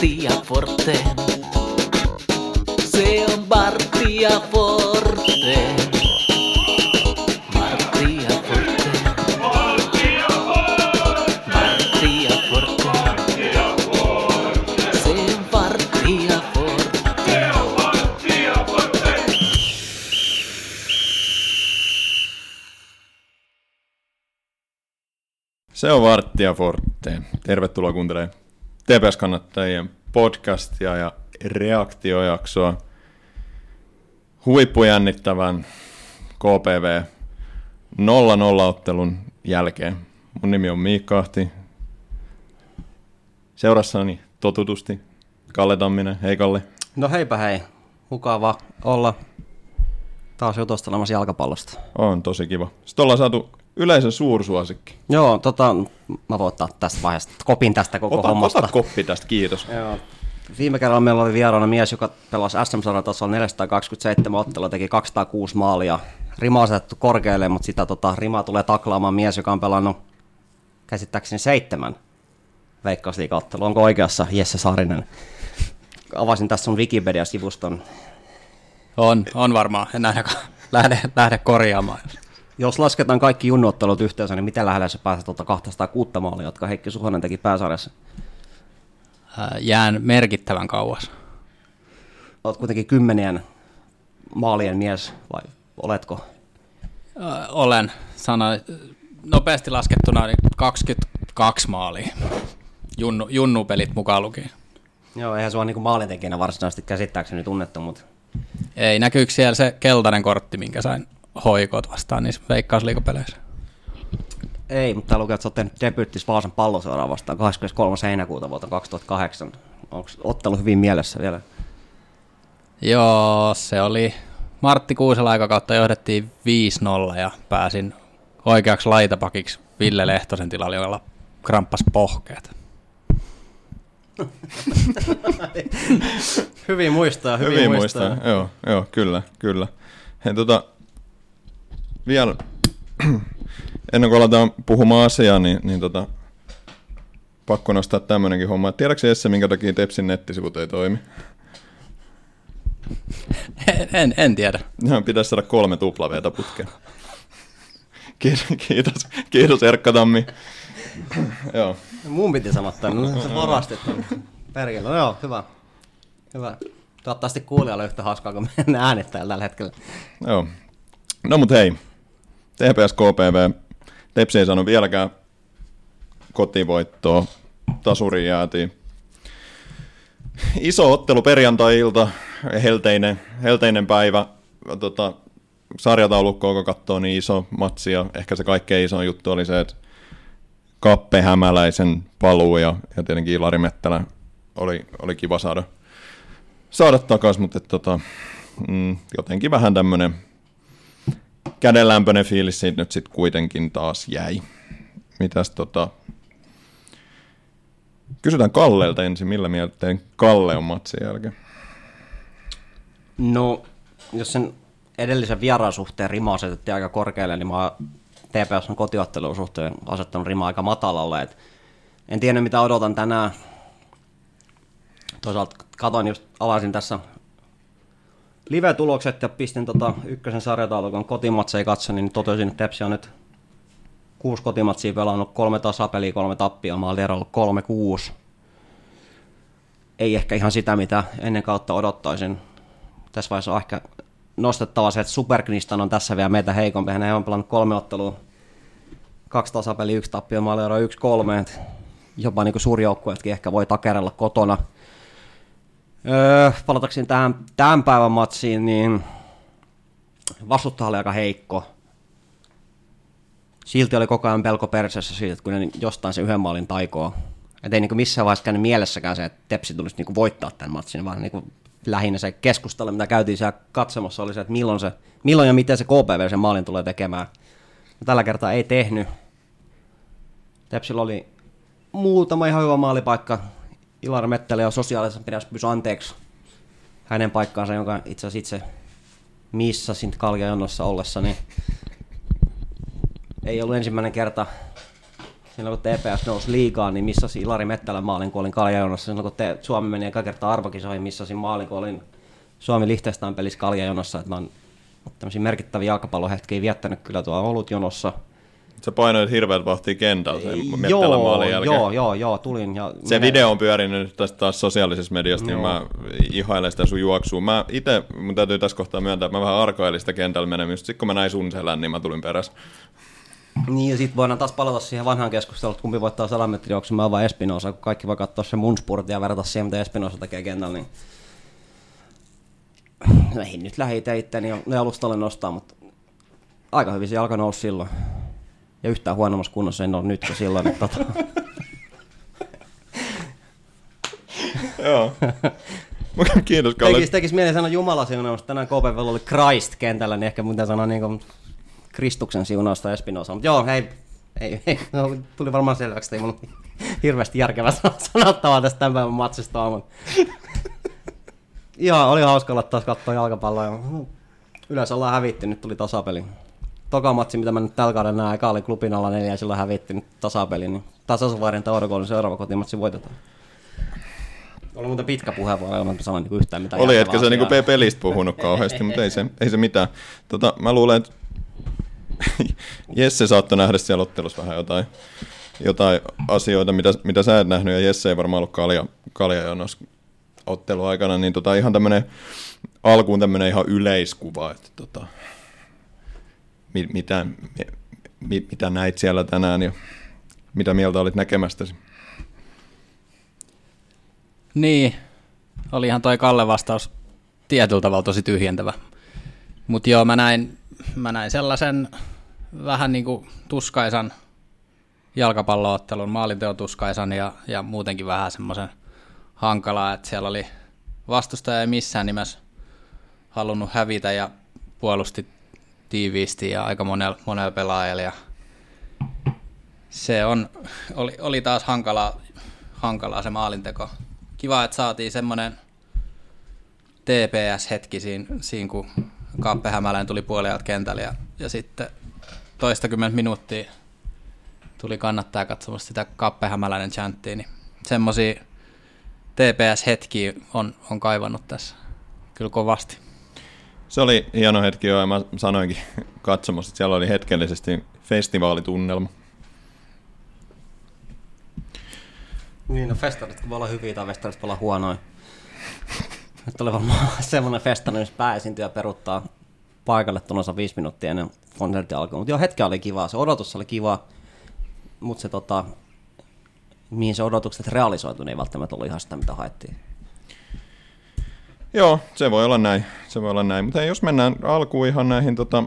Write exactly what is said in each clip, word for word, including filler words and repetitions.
Martti ja Forte. Se on Martti ja Forte. Martti ja Forte. Martti ja Forte. Se on Martti ja Forte. Se on Martti ja Forte. Tervetuloa kuuntelemaan T P S-kannattajien podcastia ja reaktiojaksoa huippujännittävän K P V nolla nolla-ottelun jälkeen. Mun nimi on Miikka Ahti. Seurassani totutusti Kalle Tamminen. Hei Kalle. No heipä hei. Mukava olla taas jutustelemassa jalkapallosta. On tosi kiva. Sitten ollaan saatu yleisön suursuosikki. Joo, tota, mä voin ottaa tästä vaiheesta kopin tästä koko ota, hommasta. Ota koppi tästä, kiitos. Joo. Viime kerralla meillä oli vieraana mies, joka pelasi S M-sarjan tasolla neljäsataakaksikymmentäseitsemän ottelua, teki kaksisataakuusi maalia. Rima on asetettu korkealle, mutta sitä tota, rimaa tulee taklaamaan mies, joka on pelannut käsittääkseni seitsemän Veikkausliiga-ottelua. Onko oikeassa Jesse Saarinen? Avasin tässä sun Wikipedia-sivuston. On, on varmaan. En ainakaan lähde, lähde korjaamaan. Jos lasketaan kaikki junnuottelut yhteensä, niin miten lähellä sä pääset tuota kaksisataakuusi maalia, jotka Heikki Suhonen teki pääsarjassa? Jään merkittävän kauas. Olet kuitenkin kymmenien maalien mies, vai oletko? Ö, olen. Sanoin nopeasti laskettuna niin kaksikymmentäkaksi maalia. Junnu, junnupelit mukaan lukien. Joo, eihän sua niin kuin maalintekijänä varsinaisesti käsittääkseni tunnettu, mutta... Ei, näkyykö siellä se keltainen kortti, minkä sain hoikot vastaan niissä Veikkausliigapeleissä? Ei, mutta täällä lukee, että sä oot tehnyt debyyttis Vaasan Palloseuraan vastaan kahdeskymmeneskolmas heinäkuuta vuotta kaksituhattakahdeksan. Onko ottelu hyvin mielessä vielä? Joo, se oli Martti Kuusela aikakautta johdettiin viisi nolla ja pääsin oikeaksi laitapakiksi Ville Lehtosen tilalle, jolla kramppas pohkeet. hyvin muistaa, hyvin, Hyvin muistaa. muistaa. Joo, joo, kyllä, kyllä. Hei, tota, vielä ennen kuin aletaan puhumaan asiaa, niin, niin tota, pakko nostaa tämmönenkin homma. Tiedätkö Jesse, minkä takia Tepsin nettisivut ei toimi? En, en, en tiedä. No, pitäisi saada kolme tuplaveeta putkeen. Kiitos, kiitos, kiitos Erkka Tammi. Joo. Mun piti sanoa tämän, no sä varastit tämän. Perkele, no joo, hyvä. Hyvä. Toivottavasti kuulijalle yhtä hauskaa kuin meidän äänittäjällä tällä hetkellä. Joo. No mut hei, T P S K P V. Tepsi ei saanut vieläkään kotivoittoa. Tasuriin jäätiin. Iso ottelu perjantai-ilta, helteinen, helteinen päivä. Tota, sarjataulukko, kun katsoo, niin iso matsi. Ja ehkä se kaikkein iso juttu oli se, että Kappe Hämäläisen paluu ja, ja tietenkin Ilari Mettälä oli, oli kiva saada, saada takaisin, mutta et, tota, mm, jotenkin vähän tämmöinen kädenlämpöinen fiilis siitä nyt sitten kuitenkin taas jäi. Mitäs tota... Kysytään Kallelta ensin, millä mieltä Kalle on matsin jälkeen? No, jos sen edellisen vieraan suhteen rima asetettiin aika korkealle, niin mä oon T P S:n kotiottelun suhteen asettanut rima aika matalalle. Et en tiedä, mitä odotan tänään. Toisaalta katoin just, avasin tässä live-tulokset ja pistin tota ykkösen sarjataulukon kotimatseja katsoin, niin totesin, että Tepsi on nyt kuusi kotimatsia pelannut, kolme tasapeliä, kolme tappia, maaliero ollut kolme kuusi. Ei ehkä ihan sitä, mitä ennen kautta odottaisin. Tässä vaiheessa on ehkä nostettava se, että Superknistan on tässä vielä meitä heikompi. Hän on pelannut kolme ottelua, kaksi tasapeliä, yksi tappia, maaliero yksi kolme. Jopa niin kuin suurjoukkueetkin ehkä voi takerella kotona. Öö, palatakseni tähän tämän päivän matsiin, niin vastustaja oli aika heikko. Silti oli koko ajan pelko perseessä siitä, että kun ne jostain se yhden maalin taikoo. Et ei niin missään vaiheessa käynyt mielessäkään se, että Tepsi tulisi niin voittaa tämän matsin, vaan niin lähinnä se keskustelu, mitä käytiin siellä katsomassa, oli se, että milloin, se, milloin ja miten se K P V sen maalin tulee tekemään. Ja tällä kertaa ei tehnyt. Tepsillä oli muutama ihan hyvä maalipaikka. Ilari Mettälä ja sosiaalisen pidässä pysy anteeksi hänen paikkaansa, jonka itse asiassa itse missasin Kaljajonnossa ollessa, niin ei ollut ensimmäinen kerta silloin kun T P S nousi liigaan, niin missasi Ilari Mettälän maalin, kun olin Kaljajonossa. Silloin kun te, Suomi meni eka kertaa arvokisoihin, missasin maalin, kun olin Suomi-Liechtenstein pelissä Kaljajonossa. Että mä oon tämmöisiä merkittäviä jalkapallohetkiä viettänyt kyllä tuolla Olutjonossa. Sä painoit hirveät vahtia kentällä sen Mettälän maalin jälkeen. Joo, joo, joo, tulin. Ja se minä... video on pyörinyt nyt tästä taas sosiaalisessa mediassa, niin mä ihailen sitä sun juoksua. Mä ite, mun täytyy tässä kohtaa myöntää, että mä vähän arkoilin sitä kentällä menemistä. Sitten kun mä näin sun selän, niin mä tulin perässä. Niin, ja sitten voidaan taas palata siihen vanhaan keskusteluun, että kumpi voittaa sadan metrin juoksun, mä oon vaan Espinosa, kun kaikki voi katsoa sen mun spurtin ja verrata siihen, mitä Espinosa tekee kentällä, niin lähin nyt lähi itse itteni ja alustalle nostaa, mutta aika hyvin se jalka nousi silloin. Ja yhtään huonommassa kunnossa en ole nyt kuin silloin. Että tota... Joo. Kiitos, Kalle. Tekis, tekis mieli sanoa Jumala siunausta. Tänään K P V:llä oli Christ kentällä, niin ehkä mun pitää sanoa niin Kristuksen siunausta Espinosa. Mutta joo, hei, ei, ei, no, tuli varmaan selväksi, että ei mun hirveästi järkevää sanottavaa tästä tämän päivän matsista on. Joo, oli hauska olla taas katsoa jalkapalloa. Yleensä ollaan hävitty, nyt tuli tasapeli. Toka matsi, mitä mä nyt tällä kaudella näen, eka oli klubin alla neljä ja silloin hävitty nyt tasapeli, niin tasaisuvaiden Taurakoulun seuraava kotimatsi voitetaan. Oli muuten pitkä puheenvuoro, jolla mä sanoin niin yhtään mitään. Oli, etkä sä niinku pelistä puhunut kauheasti, mutta ei se, ei se mitään. Tota, mä luulen, että Jesse saattoi nähdä siellä ottelussa vähän jotain, jotain asioita, mitä, mitä sä et nähnyt, ja Jesse ei varmaan ollut kalja, kaljajonossa ottelun aikana, niin tota, ihan tämmönen, alkuun tämmönen ihan yleiskuva, että tota, mit, mitä, mit, mitä näit siellä tänään ja mitä mieltä olit näkemästäsi? Niin, olihan toi Kalle vastaus tietyllä tavalla tosi tyhjentävä. Mutta joo, mä näin, mä näin sellaisen vähän niin kuin tuskaisan jalkapalloottelun, maalinteon tuskaisan ja, ja muutenkin vähän semmoisen hankalaa, että siellä oli vastustaja ei missään nimessä halunnut hävitä ja puolusti tiiviisti ja aika monella, monella pelaajalla. Ja se on, oli, oli taas hankalaa, hankalaa se maalinteko. Kiva, että saatiin semmoinen T P S-hetki siinä, siinä kun Kappe Hämäläinen tuli puoliajalta kentälle ja, ja sitten toistakymmentä minuuttia tuli kannattaa katsomassa sitä Kappe Hämäläinen chanttia, niin semmoisia T P S-hetkiä on, on kaivannut tässä kyllä kovasti. Se oli hieno hetki jo, ja mä sanoinkin katsomassa, että siellä oli hetkellisesti festivaalitunnelma. Niin, no festarit voi olla hyviä tai festarit voi olla huonoja. Nyt oli varmaan semmoinen festari, missä pääesiintyjä peruttaa paikalle tunnonsa viisi minuuttia ennen konsertti alkoi. Mutta joo, hetki oli kiva, se odotus oli kiva, mutta se tota, mihin se odotukset realisoitu, niin ei välttämättä ollut ihan sitä, mitä haettiin. Joo, se voi olla näin, se voi olla näin. Mutta jos mennään alkuun ihan näihin, tota,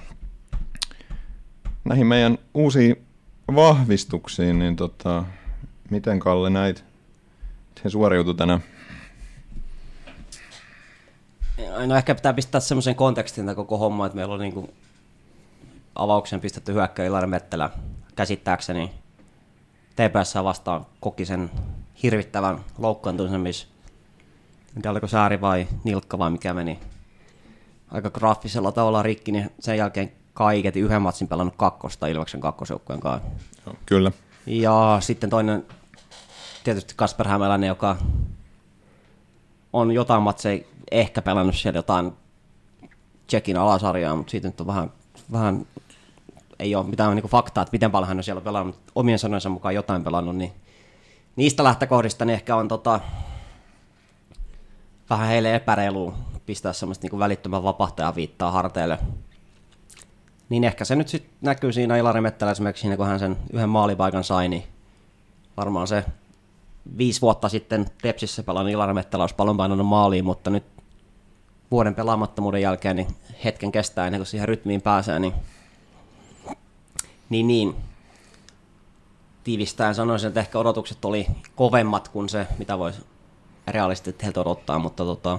näihin meidän uusiin vahvistuksiin, niin tota, miten Kalle näit? Se suoriutui tänään. No ehkä pitää pistää semmoisen kontekstin tämän koko homma, että meillä on niin kuin avauksen pistetty hyökkäjä Ilari Mettelä käsittääkseni T P S vastaan koki sen hirvittävän loukkaantumisen, missä en tiedä oliko sääri vai nilkka vai mikä meni aika graafisella tavalla rikki, niin sen jälkeen kaiketi yhden matsin pelannut kakkosta Ilveksen kakkosjoukkueen kanssa. Joo, kyllä. Ja sitten toinen tietysti Kasper Hämäläinen, joka on jotain matseja ehkä pelannut siellä jotain Tsekin alasarjaa, mutta siitä nyt on vähän, vähän ei ole mitään niin kuin faktaa, että miten paljon hän on siellä pelannut, mutta omien sanojensa mukaan jotain pelannut, niin niistä lähtökohdista niin ehkä on tota, vähän heille epäreilua pistää semmoista niin kuin välittömän vapahtajan viittaa harteille. Niin ehkä se nyt sitten näkyy siinä Ilari Mettälä esimerkiksi siinä, kun hän sen yhden maalipaikan sai, niin varmaan se viisi vuotta sitten Tepsissä pelannut Ilari Mettälä olisi paljon painanut maaliin, mutta nyt vuoden pelaamattomuuden jälkeen niin hetken kestää ennen kuin siihen rytmiin pääsee, niin niin, niin. Tiivistäen sanoisin, että ehkä odotukset oli kovemmat kuin se, mitä voisi realistisesti heiltä odottaa, mutta tota,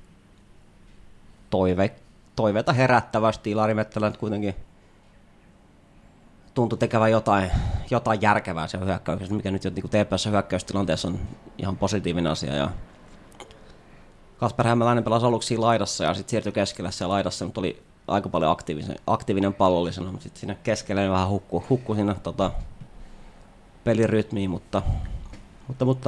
toive, toiveita herättävästi Ilari Mettälä nyt kuitenkin tuntui tekevän jotain, jotain järkevää se hyökkäys, mikä nyt niin T P S-hyökkäystilanteessa on ihan positiivinen asia. Ja Kasper Hämäläinen pelasi aluksi laidassa ja sitten siirtyi keskellä siellä laidassa, mutta oli aika paljon aktiivinen, aktiivinen pallollisena, mutta sitten siinä keskellä vähän hukku, hukku siinä tota, pelirytmiin, mutta, mutta, mutta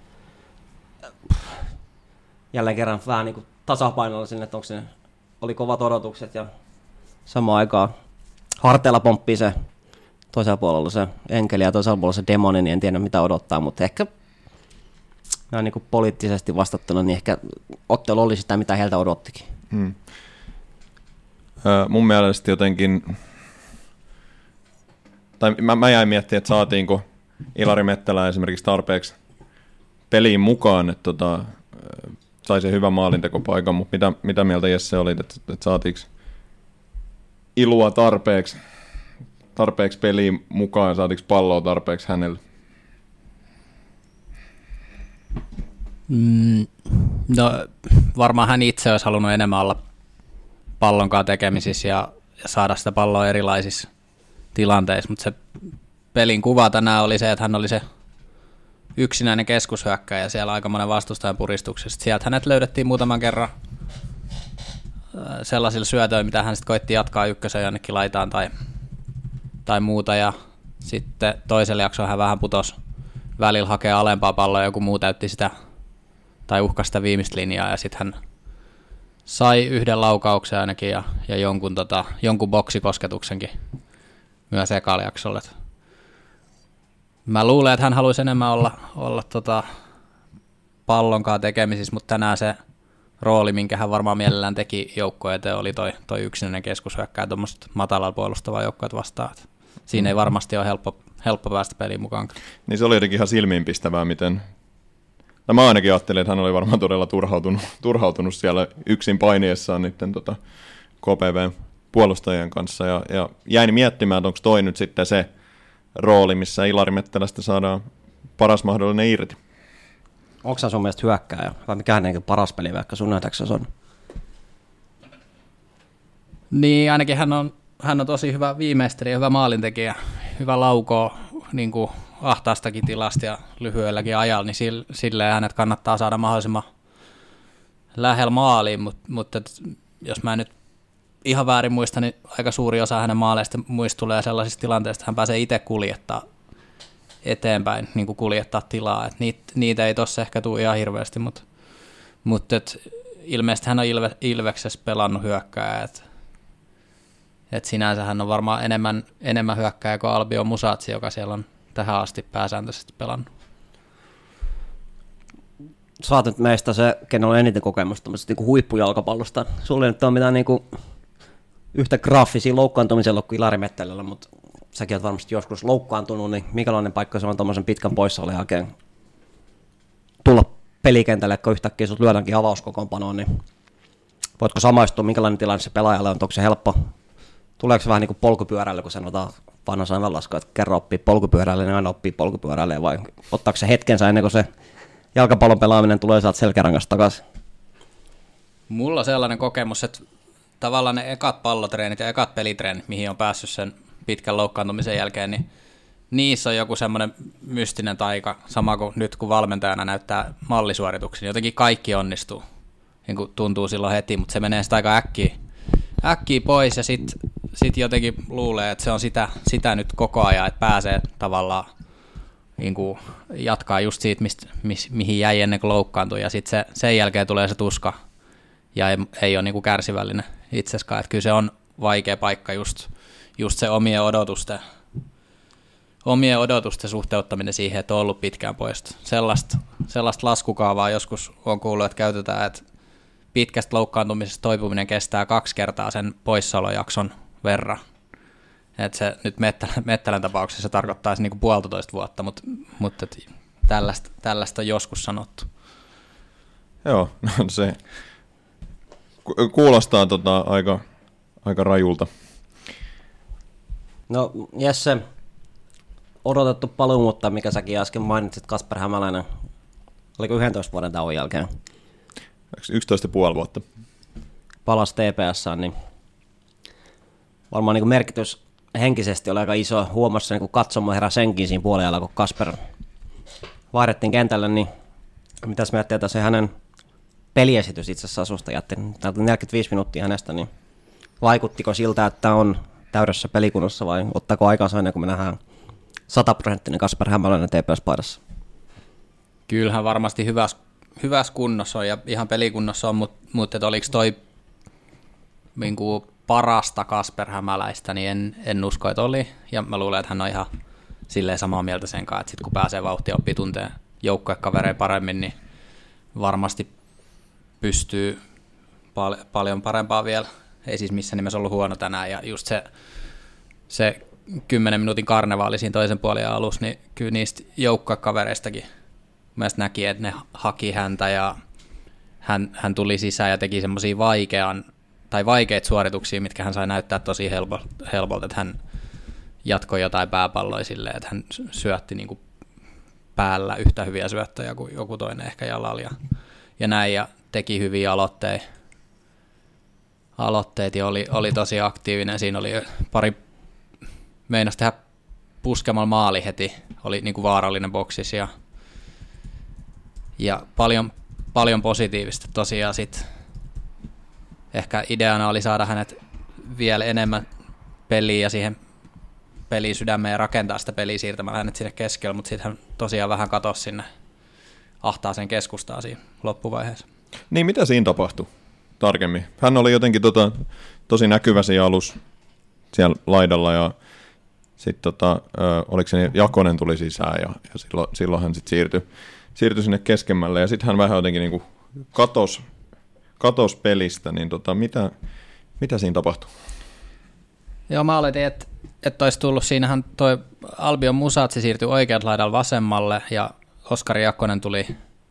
jälleen kerran vähän niin kuin tasapainolla sinne, että onko se, oli kovat odotukset ja samaan aikaan harteilla pomppii se toisella puolella se enkeli ja toisella puolella se demoni, niin en tiedä mitä odottaa, mutta ehkä näin niin kuin poliittisesti vastattuna, niin ehkä ottelu oli sitä, mitä heiltä odottikin. Hmm. Ö, mun mielestä jotenkin, tai mä, mä jäin miettimään, että saatiinko Ilari Mettälä esimerkiksi tarpeeksi peliin mukaan, että tota, sai se hyvän maalintekopaikan, mutta mitä, mitä mieltä Jesse oli, että, että saatiinko Ilua tarpeeksi, tarpeeksi peliin mukaan, saatiinko palloa tarpeeksi hänelle? Mm, no, varmaan hän itse olisi halunnut enemmän olla pallonkaan tekemisissä ja, ja saada sitä palloa erilaisissa tilanteissa, mutta se pelin kuva tänään oli se, että hän oli se yksinäinen keskushyökkäjä siellä aika monen vastustajan puristuksesta. Sieltä hänet löydettiin muutaman kerran sellaisilla syötöillä, mitä hän sitten koitti jatkaa ykkösen jonnekin laitaan tai, tai muuta, ja sitten toisella jaksolla hän vähän putosi välillä hakea alempaa palloa, joku muu täytti sitä tai uhkasi sitä viimeistä linjaa, ja sitten hän sai yhden laukauksen ainakin ja, ja jonkun, tota, jonkun boksikosketuksenkin myös ekalla jaksolla. Mä luulen, että hän haluaisi enemmän olla, olla tota pallonkaan tekemisissä, mutta tänään se rooli, minkä hän varmaan mielellään teki joukkoja eteen, oli toi, toi yksinäinen keskushyökkääjä tuommoista matalalla puolustavaa joukkoja vastaan. Et siinä ei varmasti ole helppo, helppo päästä peliin mukaan. Niin se oli jotenkin ihan silmiinpistävää, miten... No mä ainakin ajattelin, että hän oli varmaan todella turhautunut, turhautunut siellä yksin painiessaan niiden tota, K P V-puolustajien kanssa. Ja, ja jäin miettimään, että onko toi nyt sitten se rooli, missä Ilari Mettälästä saadaan paras mahdollinen irti. Onko se sun mielestä hyökkääjä vai mikä hänen paras peli vaikka sun nähdäksesi on? Niin, ainakin hän on, hän on tosi hyvä viimeistelijä, hyvä maalintekijä, hyvä laukoo niin kuin ahtaastakin tilasta ja lyhyelläkin ajalla, niin silleen hänet kannattaa saada mahdollisimman lähellä maaliin, mutta, mutta jos mä nyt ihan väärin muistan, niin aika suuri osa hänen maaleista muista tulee sellaisista tilanteista, että hän pääsee itse kuljettaa eteenpäin, niin kuin kuljettaa tilaa. Et niitä, niitä ei tossa ehkä tule ihan hirveästi, mutta, mutta et ilmeisesti hän on Ilve, Ilveksessä pelannut hyökkääjää. Et, et sinänsä hän on varmaan enemmän, enemmän hyökkääjä kuin Albio Musatsi, joka siellä on tähän asti pääsääntöisesti pelannut. Sä oot nyt meistä se, kenellä on eniten kokemusta niin huippujalkapallosta. Sulla ei nyt ole mitään niin kuin yhtä graafisia loukkaantumisia kuin Ilari Mettälällä, mutta säkin oot varmasti joskus loukkaantunut, niin minkälainen paikka se on tuommoisen pitkän poissaolon jälkeen tulla pelikentälle, kun yhtäkkiä sut lyödäänkin avauskokoonpanoon, niin voitko samaistua, minkälainen tilanne se pelaajalle on, onko se helppo? Tuleeko se vähän niin kuin polkupyörälle, kun sanotaan vanha sananlasku, että kerran oppii polkupyörälle, niin aina oppii polkupyörälle, vai ottaako se hetkensä ennen kuin se jalkapallon pelaaminen tulee sieltä selkärangasta takaisin? Mulla on sellainen kokemus, että tavallaan ne ekat pallotreenit ja ekat pelitreenit, mihin on päässyt sen pitkän loukkaantumisen jälkeen, niin niissä on joku semmoinen mystinen taika, sama kuin nyt kun valmentajana näyttää mallisuorituksia, niin jotenkin kaikki onnistuu, niin kuin tuntuu silloin heti, mutta se menee sitä aika äkkiä, äkkiä pois ja sitten sit jotenkin luulee, että se on sitä, sitä nyt koko ajan, että pääsee tavallaan niin kuin jatkaa just siitä, mistä, mis, mihin jäi ennen kuin loukkaantui, ja sitten se, sen jälkeen tulee se tuska, ja ei, ei ole niin kuin kärsivällinen itseskaan, että kyllä se on vaikea paikka just, just se omien odotusten, omien odotusten suhteuttaminen siihen, että on ollut pitkään pois. Sellaista, sellaista laskukaavaa joskus on kuullut, että käytetään, että pitkästä loukkaantumisesta toipuminen kestää kaksi kertaa sen poissaolojakson verran. Että se nyt Mettälän, Mettälän tapauksessa se tarkoittaisi niinku puolitoista vuotta, mutta, mutta tällaista, tällaista on joskus sanottu. Joo, no se kuulostaa tota aika, aika rajulta. No Jesse, odotettu paluu, mutta mikä säkin äsken mainitsit, Kasper Hämäläinen, oliko yhdentoista vuoden tauon jälkeen? yksitoista pilkku viisi vuotta. Palasi T P S:ään, niin varmaan niin kuin merkitys henkisesti oli aika iso. Huomassa niin katsomaan herää senkin siinä puolella, kun Kasper vaihdettiin kentälle, niin mitäs miettii, että se hänen peliesitys itse asiassa asusta jätti neljäkymmentäviisi minuuttia hänestä, niin vaikuttiko siltä, että on täydessä pelikunnossa vai ottaako aikansa ennen kuin me nähdään sataprosenttinen Kasper Hämäläinen T P S-paidassa? Kyllähän varmasti hyvässä, hyvässä kunnossa on ja ihan pelikunnossa on, mutta, mutta oliko toi niin kuin parasta Kasper Hämäläistä, niin en, en usko, että oli. Ja mä luulen, että hän on ihan silleen samaa mieltä sen kanssa, että sit kun pääsee vauhtia oppii tunteen joukkuekavereja paremmin, niin varmasti pystyy pal- paljon parempaa vielä. Ei siis missään nimessä ollut huono tänään. Ja just se, se kymmenen minuutin karnevaali siinä toisen puolen alussa, niin kyllä niistä joukkuekavereistakin mielestäni näki, että ne haki häntä ja hän, hän tuli sisään ja teki semmoisia vaikean tai vaikeita suorituksia, mitkä hän sai näyttää tosi helpolta, helpolta että hän jatkoi jotain pääpalloja silleen, että hän syötti niin kuin päällä yhtä hyviä syöttöjä kuin joku toinen ehkä jalalla ja, ja näin, ja teki hyviä aloitteita, aloitteita ja oli, oli tosi aktiivinen. Siinä oli pari, meinasi tehdä puskemalla maali heti, oli niin kuin vaarallinen boksissa ja, ja paljon, paljon positiivista tosiaan sitten. Ehkä ideana oli saada hänet vielä enemmän peliä ja siihen peliin sydämeen ja rakentaa sitä peliä siirtämällä hänet sinne keskellä, mutta sitten hän tosiaan vähän katosi sinne ahtaaseen keskustaan siinä loppuvaiheessa. Niin, mitä siinä tapahtui tarkemmin? Hän oli jotenkin tota, tosi näkyvä siinä alussa siellä laidalla ja sitten tota, oliko se niin, Jakonen tuli sisään ja, ja silloin, silloin hän sitten siirtyi, siirtyi sinne keskemmälle ja sitten hän vähän jotenkin niinku katosi katos pelistä, niin tota, mitä, mitä siinä tapahtui? Joo, mä oletin, että, että olisi tullut, siinähän toi Albion Musatsi siirtyi oikealta laidalla vasemmalle ja Oskari Jakonen tuli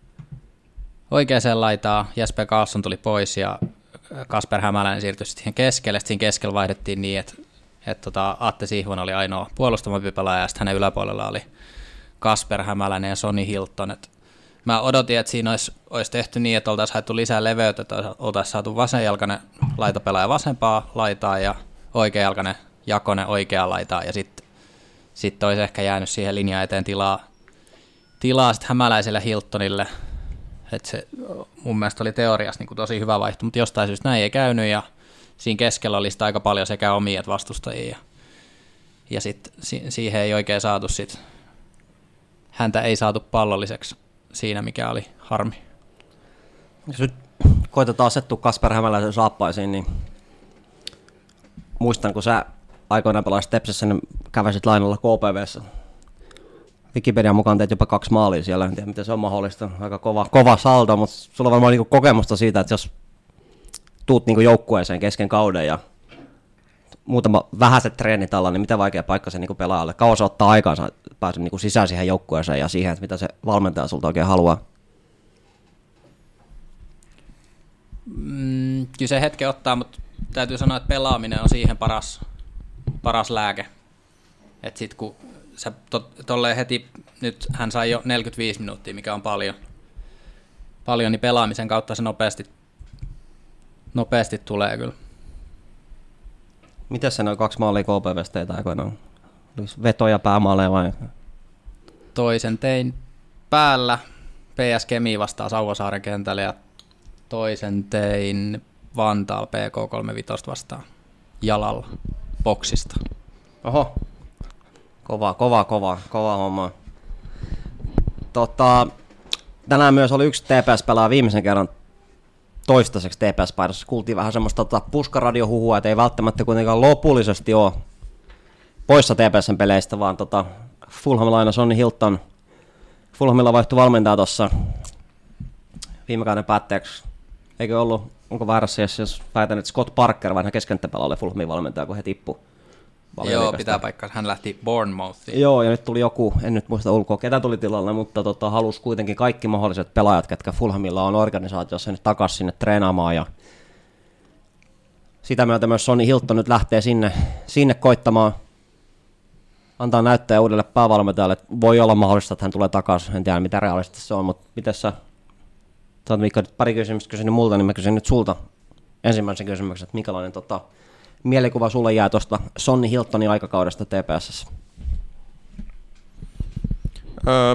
oikeaan laitaan, Jesper Karlsson tuli pois ja Kasper Hämäläinen siirtyi siihen keskelle. Sitten siinä keskellä vaihdettiin niin, että, että tota, Atte Sihvonen oli ainoa puolustamampi pelaaja ja sitten hänen yläpuolella oli Kasper Hämäläinen ja Soni Hilton. Et mä odotin, että siinä olisi, olisi tehty niin, että oltaisiin haettu lisää leveyttä, että oltaisiin saatu vasenjalkainen laitapelaaja vasempaa laitaa ja oikeajalkainen Jakonen oikeaa laitaa ja sitten sit olisi ehkä jäänyt siihen linjaan eteen tilaa, tilaa sitten Hämäläiselle Hiltonille. Että se mun mielestä oli teoriassa niin kuin tosi hyvä vaihto, mutta jostain syystä näin ei käynyt ja siinä keskellä oli sitä aika paljon sekä omia että vastustajia ja, ja sitten si- siihen ei oikein saatu sit, häntä ei saatu pallolliseksi siinä, mikä oli harmi. Jos nyt koitetaan asettua Kasper Hämäläisen saappaisiin, niin muistan, kun sä aikoinaan pelasit Tepsissä, niin käväsit lainalla K P V:ssä. Wikipedian mukaan teit jopa kaksi maalia siellä, en tiedä miten se on mahdollista, aika kova, kova saldo, mutta sulla on varmaan niinku kokemusta siitä, että jos tuut niinku joukkueeseen kesken kauden ja muutama vähäiset treenit alla, niin mitä vaikea paikka se niinku pelaajalle, kauan se ottaa aikaansa päästä niinku sisään siihen joukkueeseen ja siihen, että mitä se valmentaja sulta oikein haluaa? Mm, kyllä se hetken ottaa, mutta täytyy sanoa, että pelaaminen on siihen paras, paras lääke. Että sit kun sä to, tolleen heti, nyt hän sai jo neljäkymmentäviisi minuuttia, mikä on paljon, paljon niin pelaamisen kautta se nopeasti, nopeasti tulee kyllä. Miten se noin kaksi maalia K P V:stä teitä aikoinaan? Oliko vetoja päämaaleja vai? Toisen tein päällä P S Kemi vastaan Sauvasaaren kentällä ja toisen tein Vantaalla P K kolmekymmentäviisi vastaan jalalla boksista. Oho, kova, kova, kova, kova homma. Tota, tänään myös oli yksi T P S-pelaaja viimeisen kerran toistaiseksi T P S-paidassa. Kuultiin vähän semmoista tota, puskaradiohuhua, että ei välttämättä kuitenkaan lopullisesti ole poissa T P S:n peleistä, vaan tota, Fulhamilainen Sonni Hilton. Fulhamilla vaihtui valmentaja tuossa viime kauden päätteeksi. Eikö ollut, onko väärässä, jos, jos väitän, että Scott Parker, vanha keskenttäpelä, oli Fulhamin valmentaja, kun he tippui. Joo, pitää paikkaa. Hän lähti Bournemouthiin. Joo, ja nyt tuli joku, en nyt muista ulkoa, ketä tuli tilalle, mutta tota, halusi kuitenkin kaikki mahdolliset pelaajat, ketkä Fulhamilla on organisaatiossa, nyt takaisin sinne treenaamaan. Ja sitä myötä myös Sonni Hilton nyt lähtee sinne, sinne koittamaan, antaa näyttää uudelle päävalmentajalle, että voi olla mahdollista, että hän tulee takaisin. En tiedä, mitä realistista se on, mutta miten sä, sä oot Mikko pari kysymystä kysynyt multa, niin mä kysyn nyt sulta ensimmäisen kysymyksen, että minkälainen tota, mielikuva sulle jää tuosta Sonni Hiltonin aikakaudesta T P S:ssä? Öö,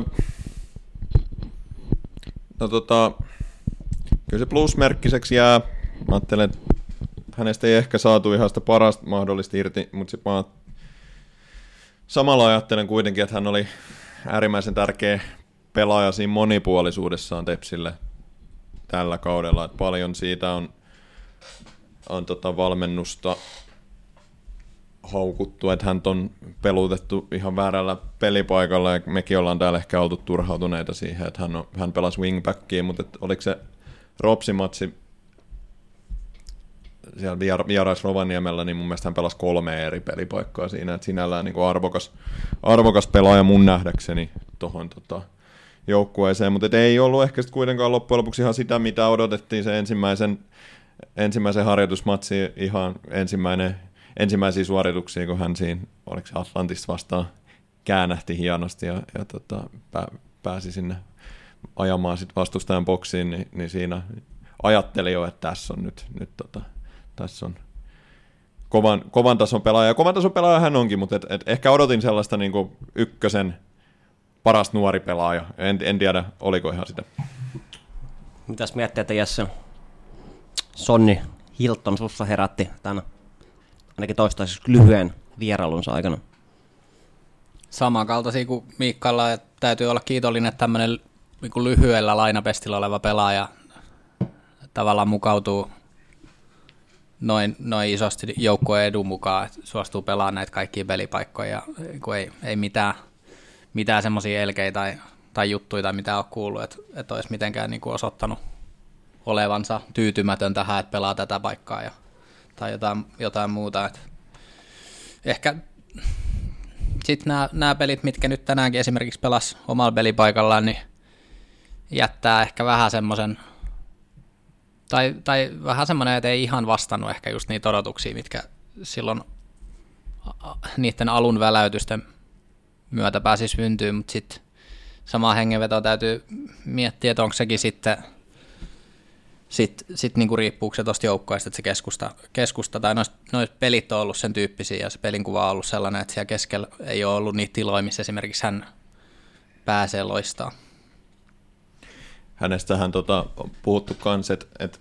no tota, kyllä se plusmerkkiseksi jää. Mä ajattelen, että hänestä ei ehkä saatu ihan sitä parasta mahdollista irti, mutta se, samalla ajattelen kuitenkin, että hän oli äärimmäisen tärkeä pelaaja siinä monipuolisuudessaan Tepsille tällä kaudella. Että paljon siitä on, on tota valmennusta haukuttu, että hän on pelutettu ihan väärällä pelipaikalla ja mekin ollaan täällä ehkä oltu turhautuneita siihen, että hän, on, hän pelasi wingbackia, mutta oliko se Ropsi-matsi siellä vierais Rovaniemellä, niin mun mielestä hän pelasi kolme eri pelipaikkaa siinä, että sinällään niin kuin arvokas, arvokas pelaaja mun nähdäkseni tuohon tota, joukkueeseen, mutta ei ollut ehkä sitten kuitenkaan loppujen lopuksi ihan sitä, mitä odotettiin se ensimmäisen, ensimmäisen harjoitusmatsi, ihan ensimmäinen, ensimmäisiä suorituksia, kun hän siinä, oliko se Atlantista vastaan, käännähti hienosti ja, ja tota, pää, pääsi sinne ajamaan sit vastustajan boksiin, niin, niin siinä ajattelin jo, että tässä on nyt, nyt tota, tässä on kovan, kovan tason pelaaja. Ja kovan tason pelaaja hän onkin, mutta et, et ehkä odotin sellaista niin kuin ykkösen paras nuori pelaaja. En, en tiedä, oliko ihan sitä. Mitäs miettii, että Jesse Sonni Hilton sussa herätti tämän ainakin toistaiseksi lyhyen vierailunsa aikana? Samankaltaisia kuin Miikalla, että täytyy olla kiitollinen, että tämmöinen niin lyhyellä lainapestillä oleva pelaaja tavallaan mukautuu noin, noin isosti joukkueen edun mukaan, että suostuu pelaamaan näitä kaikkia pelipaikkoja, kun ei, ei mitään, mitään semmoisia elkeitä tai, tai juttuja tai mitä ole kuullut, että, että olisi mitenkään niin kuin osoittanut olevansa tyytymätön tähän, että pelaa tätä paikkaa ja, tai jotain, jotain muuta. Että ehkä sitten nämä, nämä pelit, mitkä nyt tänäänkin esimerkiksi pelas omalla pelipaikallaan, niin jättää ehkä vähän semmoisen, tai, tai vähän semmoinen, että ei ihan vastannut ehkä just niitä odotuksia, mitkä silloin niiden alun väläytysten myötä pääsi syntyä, mutta sitten samaan hengenvetoa täytyy miettiä, että onko sekin sitten sit, sit niinku riippuuko se tuosta joukkoista, että se keskusta, keskusta tai noissa pelit on ollut sen tyyppisiä ja se pelinkuva on ollut sellainen, että siellä keskellä ei ole ollut niitä tiloja, missä esimerkiksi hän pääsee loistaa. Hänestähän tota, on puhuttu kans, että et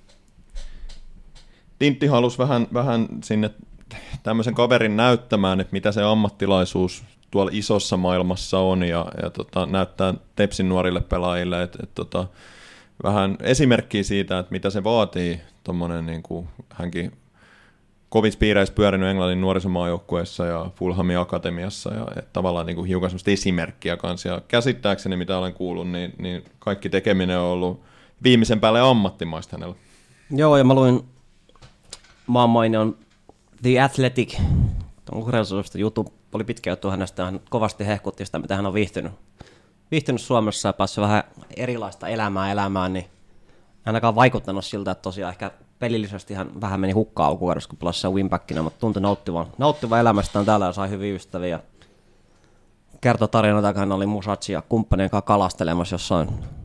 Tintti halusi vähän, vähän sinne tämmöisen kaverin näyttämään, että mitä se ammattilaisuus tuolla isossa maailmassa on ja, ja tota, näyttää Tepsin nuorille pelaajille, että et, tota, vähän esimerkkiä siitä, että mitä se vaatii, tommonen, niin kuin, hänkin kovissa piireissä pyörinyt Englannin nuorisomaajoukkueessa ja Fulhamin akatemiassa ja et tavallaan niin kuin hiukan semmoista esimerkkiä kanssa. Ja käsittääkseni, mitä olen kuullut, niin, niin kaikki tekeminen on ollut viimeisen päälle ammattimaista hänellä. Joo, ja mä luin maanmainion The Athletic, tuon urheilusuudesta juttu, oli pitkä juttu hänestä, hän kovasti hehkutti sitä, mitä hän on viihtynyt, viihtynyt Suomessa ja päässyt vähän erilaista elämää elämään, niin ainakaan vaikuttanut siltä, että tosiaan ehkä pelillisesti hän vähän meni hukkaan alkuvuodessa, kun pelasi sen winbackina, mutta tuntui nauttivan, nauttivan elämästään täällä ja sai hyviä ystäviä. Kertoi tarinoita, hän oli Musachi ja kumppanien kanssa kalastelemassa jossain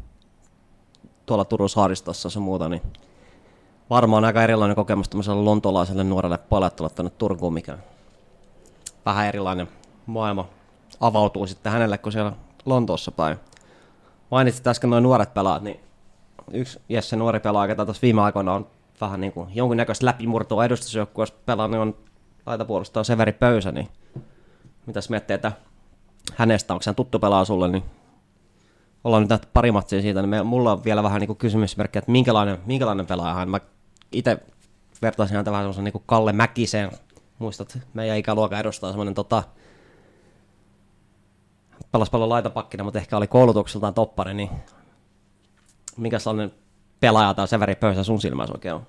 tuolla Turun saaristossa ja muuta, niin varmaan aika erilainen kokemus tämmöiselle lontolaiselle nuorelle pojalle tulla tänne Turkuun, mikä vähän erilainen maailma avautuu sitten hänelle kuin siellä Lontoossa päin. Mainitsit äsken noin nuoret pelaat, niin yksi Jesse nuori pelaaja, joka tässä viime aikoina on vähän niin kuin jonkinnäköistä läpimurtoa edustusjoukkueessa pelannut, on laitapuolustaja Severi Pöysä, niin mitäs miettii, että hänestä, onko hän tuttu pelaa sulle, niin ollaan nyt nähty pari matsia siitä, niin me, mulla on vielä vähän niin kuin kysymysmerkki, että minkälainen, minkälainen pelaaja hän. Mä itse vertaisin häntä vähän semmoisen niin kuin Kalle Mäkiseen, muistat, meidän ikäluokan edustaa semmoinen tota, pelasi paljon laitapakkina, mutta ehkä oli koulutukseltaan toppari, niin mikä sellainen pelaaja tai Severi Pöysä sun silmässä oikein on?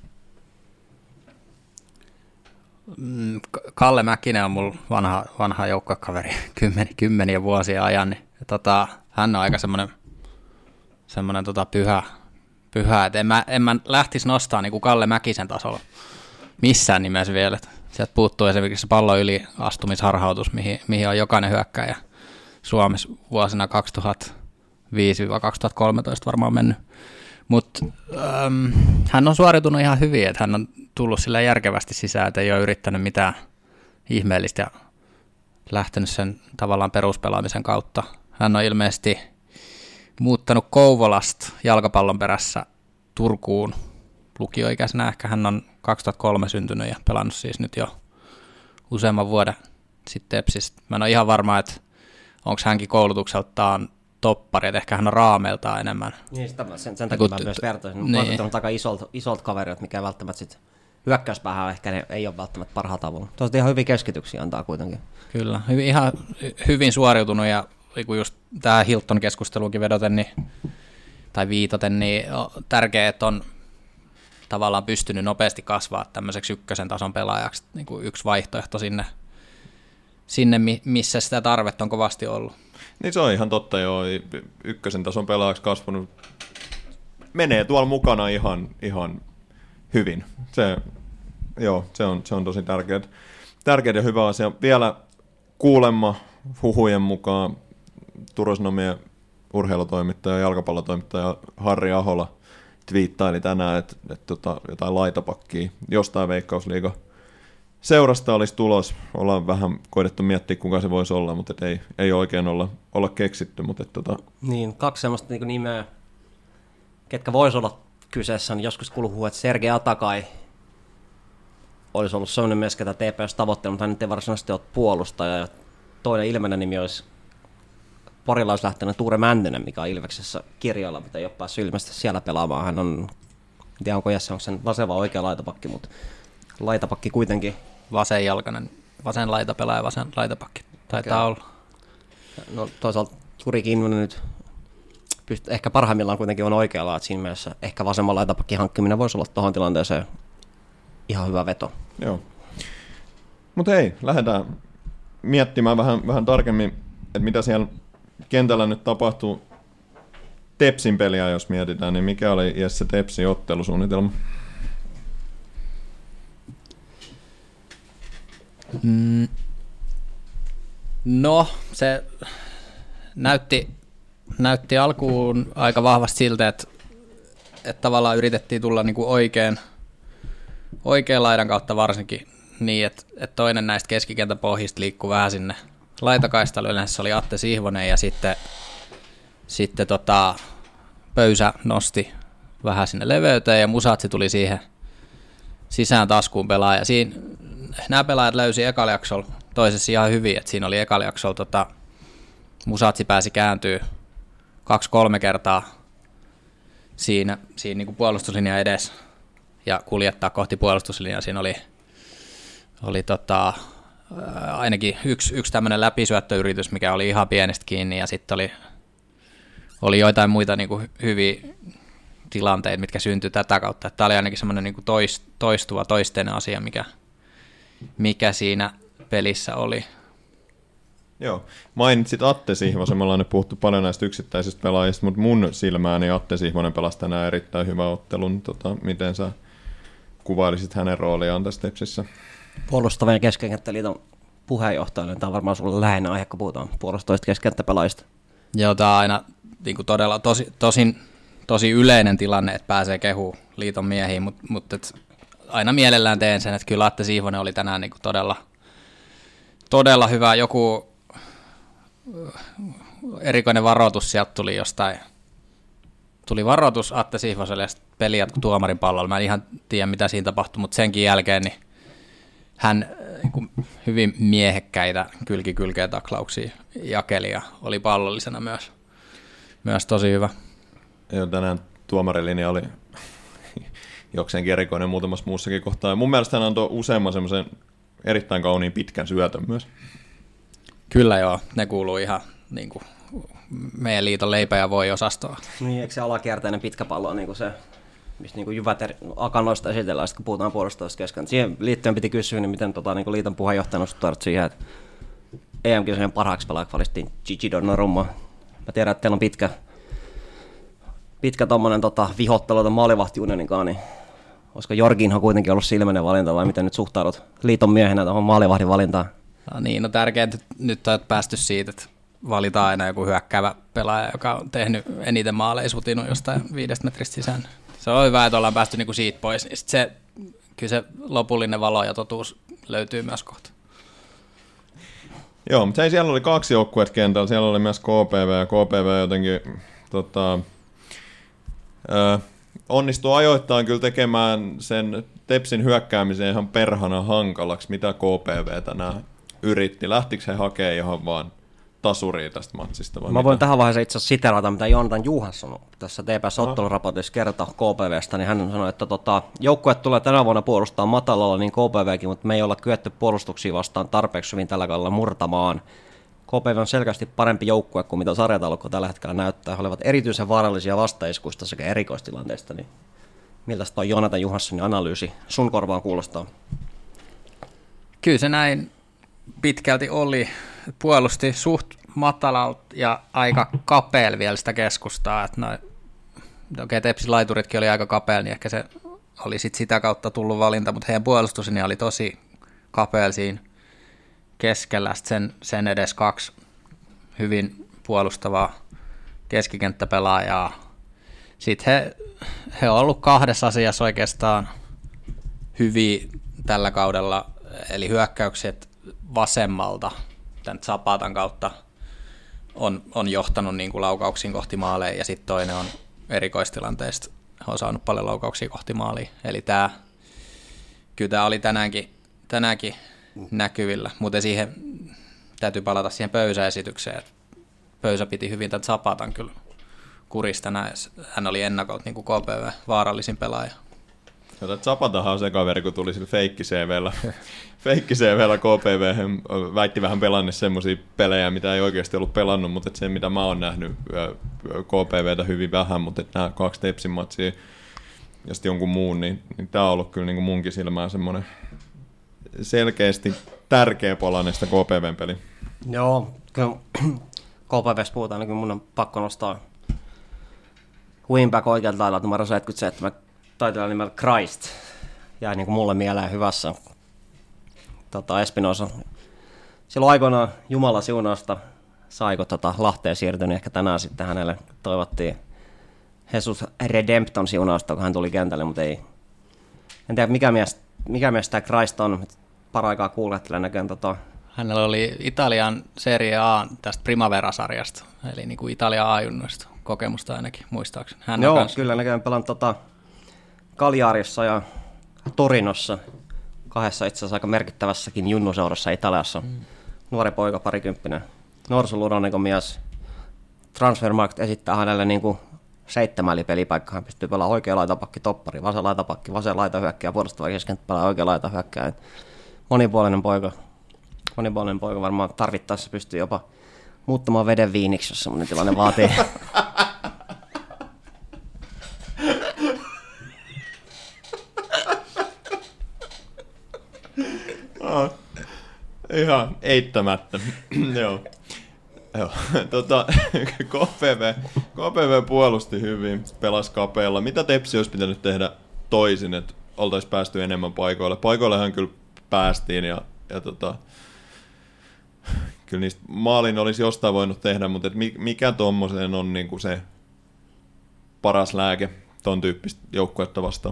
Kalle Mäkinen on mulla vanha, vanha joukkokaveri kymmeni, kymmeniä vuosia ajan, niin tota, hän on aika semmoinen, semmoinen tota pyhä, pyhä, että en mä, en mä lähtisi nostaa niin kuin Kalle Mäkisen tasolla missään nimessä vielä. Sieltä puuttuu esimerkiksi pallon yli astumisharhautus, mihin, mihin on jokainen hyökkääjä Suomessa vuosina kaksituhattaviisi kaksituhattakolmetoista varmaan mennyt. Mutta ähm, hän on suoriutunut ihan hyvin, että hän on tullut sillä järkevästi sisään, että ei ole yrittänyt mitään ihmeellistä ja lähtenyt sen tavallaan peruspelaamisen kautta. Hän on ilmeisesti muuttanut Kouvolasta jalkapallon perässä Turkuun lukioikäisenä. Ehkä hän on kaksituhattakolme syntynyt ja pelannut siis nyt jo useamman vuoden sit Tepsistä. Mä en ole ihan varma, että onko hänkin koulutukseltaan toppari, että ehkä hän on raameiltaan enemmän. Niin, sitä, sen, sen takia mä myös vertaisin. Niin. Mä oon aika isolta, isolta kaverilta, mikä välttämättä sit hyökkäyspäähän ehkä ne ei ole välttämättä parhaat avulla. Tuosta ihan hyviä keskityksiä antaa kuitenkin. Kyllä, hyvin, ihan hyvin suoriutunut ja kun just tähän Hilton-keskusteluunkin vedoten niin, tai viitaten, niin on tärkeää, että on tavallaan pystynyt nopeasti kasvaa tämmöiseksi ykkösen tason pelaajaksi, niin kuin yksi vaihtoehto sinne, sinne, missä sitä tarvetta on kovasti ollut. Niin se on ihan totta, joo. Ykkösen tason pelaajaksi kasvanut menee tuolla mukana ihan, ihan hyvin. Se, joo, se on, se on tosi tärkeä, tärkeä ja hyvä asia. Vielä kuulemma huhujen mukaan Turun Sanomien urheilutoimittaja ja jalkapallotoimittaja Harri Ahola twiittaili tänään, että, että tota, jotain laitapakkia jostain Veikkausliigan seurasta olisi tulos. Ollaan vähän koidettu miettiä, kuka se voisi olla, mutta ei, ei oikein olla, olla keksitty. Mutta et, tota... Niin, kaksi semmoista niin nimeä, ketkä voisi olla kyseessä, niin joskus kuuluu, että Sergei Atakai olisi ollut sellainen mies, ketä T P S tavoitteli, mutta hän nyt ei varsinaisesti ole puolustaja. Ja toinen ilmeinen nimi olisi porilaislähtöinen Tuure Mäntinen, mikä on Ilveksessä kirjoilla, mutta ei ole päässyt ilmeisesti siellä pelaamaan. Hän on, en tiedä onko Jesse, onko sen vasen vai oikea laitapakki, mutta laitapakki kuitenkin. Vasenjalkainen, vasen laitapelaaja, vasen laitapakki. Taitaa okay. olla. No toisaalta Juri Kinnunen nyt pyst- ehkä parhaimmillaan kuitenkin on oikealla, että siinä mielessä ehkä vasemman laitapakki hankkiminen voisi olla tuohon tilanteeseen ihan hyvä veto. Joo. Mutta hei, lähdetään miettimään vähän, vähän tarkemmin, että mitä siellä kentällä nyt tapahtuu. Tepsin peliä, jos mietitään, niin mikä oli Jesse Tepsin ottelusuunnitelma? Mm. No, se näytti, näytti alkuun aika vahvasti siltä, että, että tavallaan yritettiin tulla niin kuin oikein, oikean laidan kautta varsinkin niin, että, että toinen näistä keskikentän pohjista liikkui vähän sinne laitakaistalle. Yleensä se oli Atte Sihvonen ja sitten, sitten tota, Pöysä nosti vähän sinne leveyteen ja Musatsi tuli siihen sisään taskuun pelaaja. Siinä nämä pelaajat löysi ekalla jaksolla toisessa ihan hyvin, että siinä oli ekalla jaksolla tota, Musatsi pääsi kääntyä kaksi-kolme kertaa siinä, siinä niin kuin puolustuslinjan edessä ja kuljettaa kohti puolustuslinjaa. Siinä oli, oli tota, ainakin yksi, yksi tämmöinen läpisyöttöyritys, mikä oli ihan pienestä kiinni ja sitten oli, oli joitain muita niin kuin hyviä tilanteita, mitkä syntyi tätä kautta. Tämä oli ainakin semmoinen niin kuin toistuva, toisteinen asia, mikä, mikä siinä pelissä oli. Joo, mainitsit Atte Sihvosen, me ollaan nyt puhuttu paljon näistä yksittäisistä pelaajista, mutta mun silmääni Atte Sihvonen pelasi tänään erittäin hyvän ottelun. Tota, miten sä kuvailisit hänen rooliaan tässä Tepsissä? Puolustavien keskikenttäliiton puheenjohtajana, tämä on varmaan sulle lähinnä aihe, kun puhutaan puolustavista keskikenttäpelaajista. Joo, tämä on aina niin kuin todella tosi, tosin, tosi yleinen tilanne, että pääsee kehumaan liiton miehiin, mutta, mutta aina mielellään teen sen, että kyllä Atte Sihvonen oli tänään niin kuin todella, todella hyvä. Joku erikoinen varoitus sieltä tuli jostain. Tuli varoitus Atte Sihvoselle ja peli jatkui tuomarin pallolla. Mä en ihan tiedä, mitä siinä tapahtui, mutta senkin jälkeen niin hän niin hyvin miehekkäitä kylki-kylkeä taklauksia jakeli ja oli pallollisena myös, myös tosi hyvä. Joo, tänään tuomarilinja oli jokseenkin erikoinen muutamassa muussakin kohtaa. Ja mun mielestä hän antoi useamman semmoisen erittäin kauniin pitkän syötön myös. Kyllä joo, ne kuuluu ihan niin kuin meidän liiton leipä- ja voi-osastoa. Niin, eikö se alakierteinen pitkä pallo on niin kuin se, mistä niin kuin jyvät eri, akanoista esitellään, kun puhutaan puolustavasta kesken. Siihen liittyen piti kysyä, niin miten tota, niin kuin liiton puheenjohtajana suhtaudut siihen, että E M-kisojen parhaaksi pelaajaksi valittiin Gigi Donnarumma. Mä tiedän, että teillä on pitkä, pitkä tommonen tota, vihottelu maalivahtiunionin kanssa, niin olisiko Jorginho kuitenkin ollut silmäinen valinta vai miten nyt suhtaudut liiton miehenä tuohon maalivahdin valintaan? No niin, no tärkeää, että nyt olet päästy siitä, että valitaan aina joku hyökkäävä pelaaja, joka on tehnyt eniten maaleja sutinut jostain viidestä metristä sisään. Se on hyvä, että ollaan päästy niinku siitä pois. Niin sit se, kyllä se lopullinen valo ja totuus löytyy myös kohta. Joo, mutta siellä oli kaksi joukkuetta kentällä. Siellä oli myös K P V ja K P V jotenkin tota, ö, onnistui ajoittain kyllä tekemään sen Tepsin hyökkäämisen ihan perhana hankalaksi. Mitä K P V tänään yritti? Lähtikö he hakemaan ihan vaan tasuria tästä matsista? Vai Mä voin mitä? tähän vaiheeseen itse asiassa siterata, mitä Joonatan Johansson tässä T P S-otteluraportissa kertoi K P V:stä, niin hän sanoi, että tota, joukkue tulee tänä vuonna puolustaa matalalla, niin K P V:kin, mutta me ei olla kyetty puolustuksia vastaan tarpeeksi hyvin tällä kaudella murtamaan. K P V on selkeästi parempi joukkue kuin mitä sarjataulukko tällä hetkellä näyttää. He olivat erityisen vaarallisia vastaiskuista sekä erikoistilanteista. Niin miltä tuo Joonatan Johanssonin analyysi sun korvaan kuulostaa? Kyllä se näin pitkälti oli. Puolusti suht matalalta ja aika kapeel vielä sitä keskustaa. Että noi, okei, Tepsin laituritkin oli aika kapeel, niin ehkä se oli sit sitä kautta tullut valinta, mutta heidän puolustus oli tosi kapeel siinä keskellä. Sen, sen edes kaksi hyvin puolustavaa keskikenttäpelaajaa. Sitten he, he on ollut kahdessa asiassa oikeastaan hyviä tällä kaudella, eli hyökkäykset vasemmalta tämän Zapatan kautta on, on johtanut niin kuin laukauksiin kohti maaleja, ja sitten toinen on erikoistilanteesta, he on saanut paljon laukauksia kohti maalia. Eli tämä, kyllä tämä oli tänäänkin, tänäänkin näkyvillä, mutta siihen täytyy palata siihen Pöysä-esitykseen. Pöysä piti hyvin tämän Zapatan kyllä kurista näin. Hän oli ennakolta niin kuin K P V vaarallisin pelaaja. No, Zapatahan on se kaveri, kun tuli sillä feikki-C V:llä. feikki-C V:llä K P V väitti vähän pelannut semmoisia pelejä, mitä ei oikeasti ollut pelannut, mutta se mitä mä oon nähnyt K P V:tä hyvin vähän, mutta nämä kaksi Tepsin matsia ja sitten jonkun muun, niin, niin tämä on ollut kyllä niin kuin munkin silmään semmoinen selkeästi tärkeä palanen sitä K P V:n peli. Joo, kyllä K P V:ssä puhutaan, niin mun on pakko nostaa wingback oikealta laidalta numero seitsemänkymmentäseitsemän taiteella nimellä Christ. Jäi niin kuin mulle mieleen hyvässä. Tota, Espinosa silloin aikoinaan Jumala siunausta sai, kun tota Lahteen siirtyi, niin ehkä tänään sitten hänelle toivottiin Jesus Redempton siunausta, kun hän tuli kentälle, mutta ei. En tiedä, mikä mies, mikä mies tämä Christ on. Paraikaa kuulettelen näköjään. Tota... Hänellä oli Italian Serie A tästä Primavera-sarjasta, eli niin kuin Italian A-junnuista kokemusta ainakin, muistaakseni. Hän Joo, kans... kyllä näköjään pelannut tota Cagliarissa ja Torinossa, kahdessa itse asiassa aika merkittävässäkin junnuseurassa Italiassa. Mm. Nuori poika, parikymppinen. Norsuluronikon mies. Transfermarkt esittää hänelle niin kuin seitsemän pelipaikkaa. Hän pystyy pelaamaan oikea laitapakki, toppari, vasen laitapakki, vasen laitahyökkääjä, puolustava keskenttäpelaaja, oikea laitahyökkääjä. Monipuolinen poika. Monipuolinen poika varmaan tarvittaessa pystyy jopa muuttamaan veden viiniksi, jos semmoinen tilanne vaatii. Oh, ihan eittämättä. Joo. Joo. Tota, K P V, K P V puolusti hyvin, pelasi kapealla. Mitä Tepsi olisi pitänyt tehdä toisin, että oltaisiin päästy enemmän paikoille? Paikoillehan kyllä päästiin ja, ja tota, kyllä niistä maalin olisi jostain voinut tehdä, mutta et mikä tuommoiseen on niinku se paras lääke ton tyyppistä joukkuetta vastaan?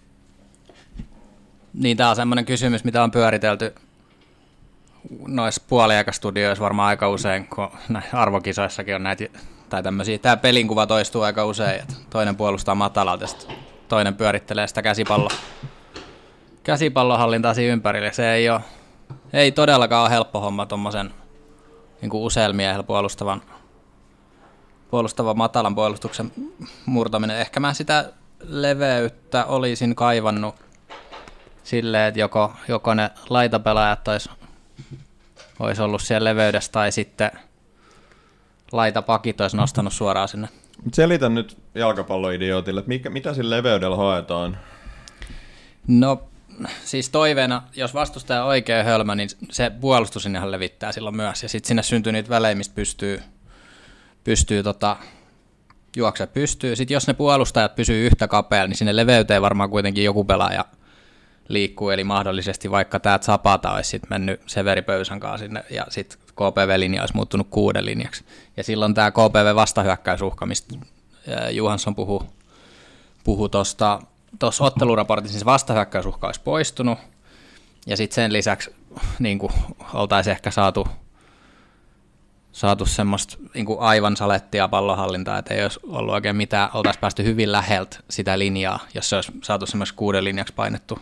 Niin, tämä on semmoinen kysymys, mitä on pyöritelty noissa puoliaikastudioissa varmaan aika usein, kun arvokisoissakin on näitä, tai tämmöisiä. Tämä pelinkuva toistuu aika usein, että toinen puolustaa matalalta, toinen pyörittelee sitä käsipallo, käsipallohallintaa siinä ympärille. Se ei, ole, ei todellakaan ole helppo homma tuommoisen niin kuin usealla miehellä puolustavan, puolustavan matalan puolustuksen murtaminen. Ehkä mä sitä leveyttä olisin kaivannut silleen, että joko, joko ne laitapelaajat olisi, olisi ollut siellä leveydessä tai sitten laitapakit olisi nostanut suoraan sinne. Selitä nyt jalkapalloidiotille, että mikä, mitä sillä leveydellä haetaan? No siis toiveena, jos vastustaja on oikein hölmö, niin se puolustus sinnehän levittää silloin myös. Ja sitten sinne syntyy niitä välejä, mistä pystyy, pystyy tota, juokse pystyy. Sitten jos ne puolustajat pysyy yhtä kapealla, niin sinne leveyteen varmaan kuitenkin joku pelaaja liikkuu, eli mahdollisesti vaikka tämä Zapata olisi sitten mennyt Severi Pöysän kanssa sinne, ja sitten K P V-linja olisi muuttunut kuuden linjaksi. Ja silloin tämä K P V-vastahyökkäysuhka, mistä Johansson puhui puhu tuossa otteluraportissa, niin se vastahyökkäysuhka olisi poistunut, ja sitten sen lisäksi niin oltaisiin ehkä saatu, saatu semmoista niin aivan salettia pallonhallintaa, että ei olisi ollut oikein mitään, oltaisiin päästy hyvin läheltä sitä linjaa, jos se olisi saatu semmoista kuuden linjaksi painettu,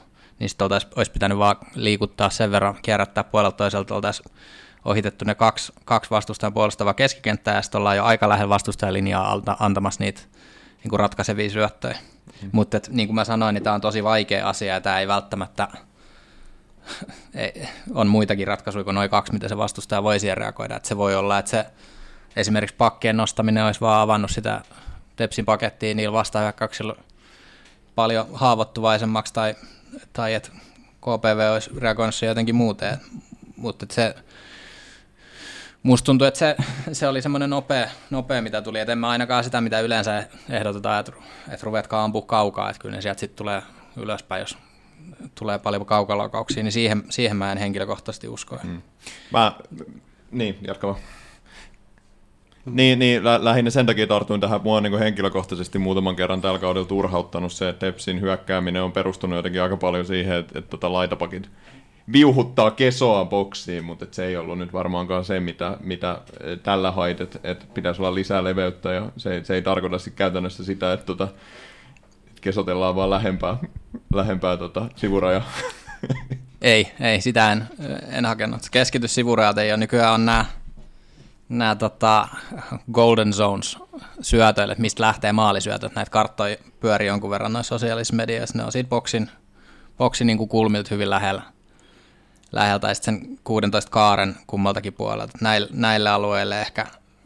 niin sitten olisi pitänyt vaan liikuttaa sen verran, kierrättää puolelta toiselta, oltaisiin ohitettu ne kaksi, kaksi vastustajan puolustavaa keskikenttää, ja sitten ollaan jo aika lähellä vastustajalinjaa antamassa niitä niin kuin ratkaisevia syöttöjä. Mm. Mutta niin kuin mä sanoin, niin tämä on tosi vaikea asia, ja tämä ei välttämättä, ei, on muitakin ratkaisuja kuin noin kaksi, miten se vastustaja voi siihen reagoida. Et se voi olla, että se esimerkiksi pakkien nostaminen olisi vaan avannut sitä Tepsin pakettia niillä vastahyökkäyksillä paljon haavoittuvaisemmaksi, tai, tai että K P V olisi reagoinut se jotenkin muuten. Mutta se, musta tuntuu, että se, se oli semmoinen nopea, nopea, mitä tuli, että en mä ainakaan sitä, mitä yleensä ehdotetaan, että, että ruvetkaa ampua kaukaa, että kyllä ne sieltä sitten tulee ylöspäin, jos tulee paljon kaukalaukauksia, niin siihen, siihen mä en henkilökohtaisesti usko. Hmm. Mä, niin, jatka vaan. Niin, niin lä- lähinnä sen takia tartuin tähän, mua on niin kuin henkilökohtaisesti muutaman kerran tällä kaudella turhauttanut se, että Tepsin hyökkääminen on perustunut jotenkin aika paljon siihen, että, että tota laitapakit viuhuttaa kesoa boksiin, mutta se ei ollut nyt varmaankaan se, mitä, mitä tällä hait, että, että pitäisi olla lisää leveyttä, ja se, se ei tarkoita käytännössä sitä, että, tota, että kesotellaan vaan lähempää, lähempää tota, sivurajaa. Ei, ei, sitä en, en hakenut. Keskitys sivurajat ei ole. Nykyään on nämä, nämä tota, golden zones syötöille, mistä lähtee maalisyötöt. Näitä karttoja pyörii jonkun verran noissa sosiaalisissa medioissa. Ne on siitä boksin, boksin niin kuin kulmilta hyvin lähellä. läheltä ja sitten sen kuudentoista kaaren kummaltakin puolelta. Näille, näille alueille ehkä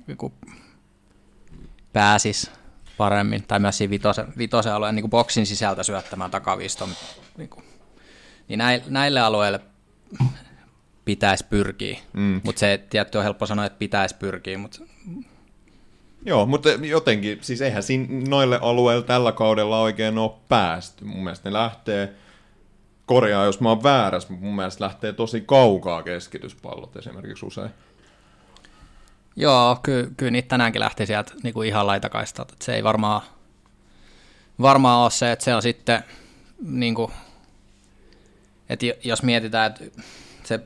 pääsisi paremmin, tai myös siinä vitosen, vitosen alueen niin kuin boksin sisältä syöttämään takaviiston. Niin, niin näille alueille pitäisi pyrkiä, mm. mutta se tietty on helppo sanoa, että pitäisi pyrkiä, mutta... Joo, mutta jotenkin, siis eihän siinä noille alueille tällä kaudella oikein ole päästy. Mun mielestä ne lähtee, korjaa jos mä oon väärässä, mutta mun mielestä lähtee tosi kaukaa keskityspallot esimerkiksi usein. Joo, ky- kyllä niitä tänäänkin lähti sieltä niin kuin ihan laitakaistalta. Se ei varmaan, varmaan ole se, että se on sitten, niin kuin, että jos mietitään, että se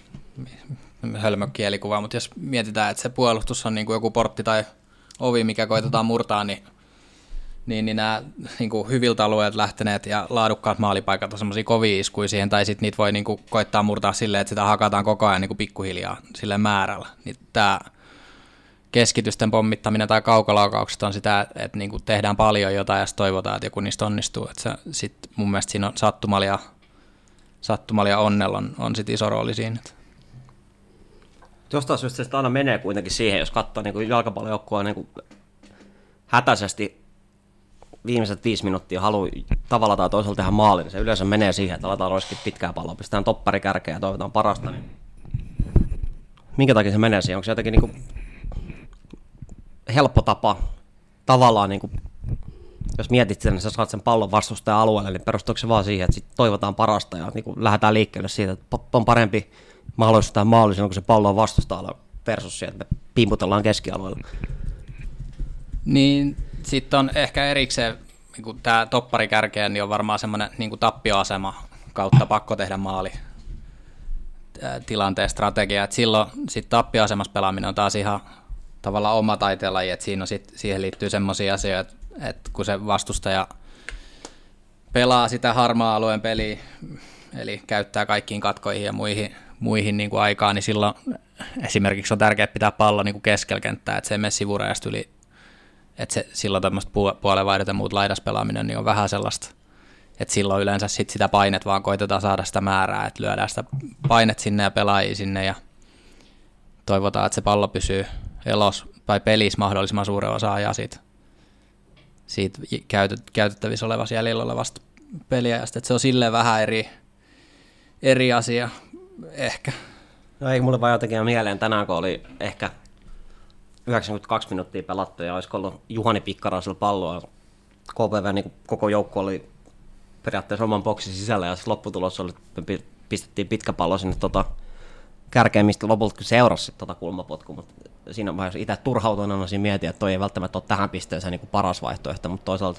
hölmö kielikuva, mutta jos mietitään, että se puolustus on niin kuin joku portti tai ovi, mikä koitetaan murtaa, niin, niin, niin nämä niin kuin hyviltä alueet lähteneet ja laadukkaat maalipaikat on semmoisia kovia iskuja siihen, tai sitten niitä voi niin kuin koittaa murtaa silleen, että sitä hakataan koko ajan niin kuin pikkuhiljaa sille määrällä. Niin tämä keskitysten pommittaminen tai kaukolaukaukset on sitä, että niin kuin tehdään paljon jotain ja toivotaan, että joku niistä onnistuu. Että se, sit mun mielestä siinä on sattumalla ja, sattumalla ja onnella on, on sit iso rooli siinä. Jostain syystä se aina menee kuitenkin siihen, jos katsoo niin jalkapallojoukkoa niin hätäisesti viimeiset viisi minuuttia haluaa tavalla tai toisella tehdä maalin, niin se yleensä menee siihen, että aletaan roiskit pitkää palloa, pistetään toppari kärkeä ja toivotaan parasta. Niin minkä takia se menee siihen? Onko se jotenkin niin kuin helppo tapa tavallaan, niin kuin, jos mietit sen, niin sä saat sen pallon vastustajan alueelle, niin perustuuko se vaan siihen, että sit toivotaan parasta ja niin kuin lähdetään liikkeelle siitä, että on parempi mahdollisuus tai mahdollisuus, kun se pallo on vastustajalla versus siihen, että me pimputellaan keskialueella. Niin, sitten on ehkä erikseen, niin tämä toppari kärkeä, niin on varmaan semmoinen niin tappioasema kautta pakko tehdä maali tilanteen strategia. Et silloin sit tappioasemassa pelaaminen on taas ihan tavallaan oma taiteenlaji, että siinä on sit, siihen liittyy semmoisia asioita, että, että kun se vastustaja pelaa sitä harmaa-alueen peliä, eli käyttää kaikkiin katkoihin ja muihin, muihin niin kuin aikaa, niin silloin esimerkiksi on tärkeää pitää pallo niin kuin keskellä kenttää, että se ei mene sivurajasta yli, että se, silloin tämmöistä puolenvaihdot ja muut laidaspelaaminen niin on vähän sellaista, että silloin yleensä sit sitä painet vaan koitetaan saada sitä määrää, että lyödään sitä painet sinne ja pelaajia sinne ja toivotaan, että se pallo pysyy elos tai pelissä mahdollisimman suuren osa ajaa siitä, siitä käytettävissä olevasta jäljellä olevasta peliä, ja sitten, että se on silleen vähän eri, eri asia ehkä. No ei mulle vaan jotenkin mieleen tänään, kun oli ehkä yhdeksänkymmentäkaksi minuuttia pelattu ja olisiko ollut Juhani Pikkarasella palloa. K P V niin koko joukko oli periaatteessa oman boksin sisällä ja lopputulos oli, että me pistettiin pitkä pallo sinne tota kärkeen, mistä lopulta seurasi tota kulmapotku, mutta siinä vaiheessa itse turhautuneena siinä mietin, että toi ei välttämättä ole tähän pisteeseen niin paras vaihtoehto, mutta toisaalta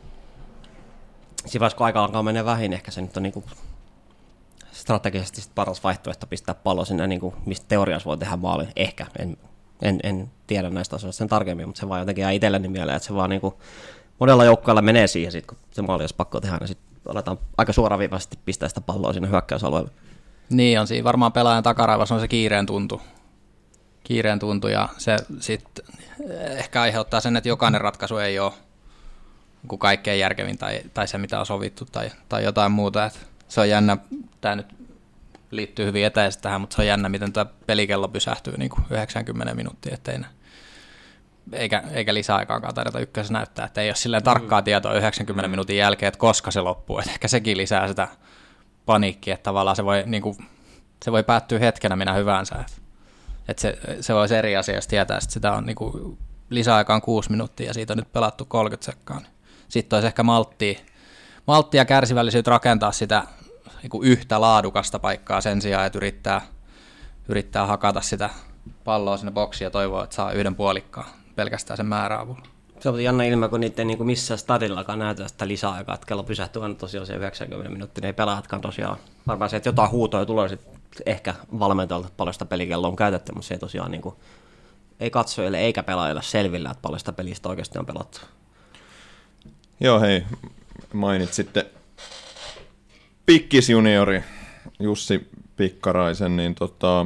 siinä vaiheessa, kun aika alkaa mennä vähin, ehkä se nyt on niin kuin strategisesti paras vaihtoehto pistää pallo sinne, niin kuin, mistä teoriassa voi tehdä maalin. Ehkä, en, en, en tiedä näistä asioista sen tarkemmin, mutta se vaan jotenkin jää itselleni mieleen, että se vaan niin kuin monella joukkueella menee siihen, sit, kun se maali olisi pakko tehdä, niin sitten aletaan aika suoraviivaisesti pistää sitä palloa sinne hyökkäysalueelle. Niin on siinä varmaan pelaajan takaraivassa on se kiireen tuntu. Kiireen tuntu ja se sitten ehkä aiheuttaa sen, että jokainen ratkaisu ei ole kuin kaikkein järkevin tai, tai se mitä on sovittu tai, tai jotain muuta. Et se on jännä, tämä nyt liittyy hyvin etäisesti tähän, mutta se on jännä, miten tämä pelikello pysähtyy niin kuin yhdeksänkymmentä minuuttia, ettei ne, eikä, eikä lisäaikaankaan taideta ykkösessä näyttää, että ei ole silleen tarkkaa tietoa yhdeksänkymmentä minuutin jälkeen, että koska se loppuu. Et ehkä sekin lisää sitä paniikkia, että tavallaan se voi, niin kuin, se voi päättyä hetkenä minä hyvänsä. Et, et se, se olisi eri asia, jos tietää, että sitä on niin kuin lisäaikaan kuusi minuuttia ja siitä on nyt pelattu kolmekymmentä sekkaa. Sitten olisi ehkä malttia, malttia ja kärsivällisyyttä rakentaa sitä niin kuin yhtä laadukasta paikkaa sen sijaan, että yrittää, yrittää hakata sitä palloa sinne boksiin ja toivoa, että saa yhden puolikkaan pelkästään sen määrän avulla. Se on jännä ilme, kun niitä ei niin missään stadillakaan näytä sitä lisäaikaa, että kello pysähtyy aina tosiaan se yhdeksänkymmentä minuuttia, ne ei pelaatkaan tosiaan. Varmaan se, että jotain huutoja tulee sitten ehkä valmentajalta, että paljon sitä pelikelloa on käytetty, mutta se ei tosiaan niin kuin, ei katsojille eikä pelaajille selvillä, että paljon sitä pelistä oikeasti on pelattu. Joo, hei, mainitsitte Pikkis-juniori Jussi Pikkaraisen, niin tota,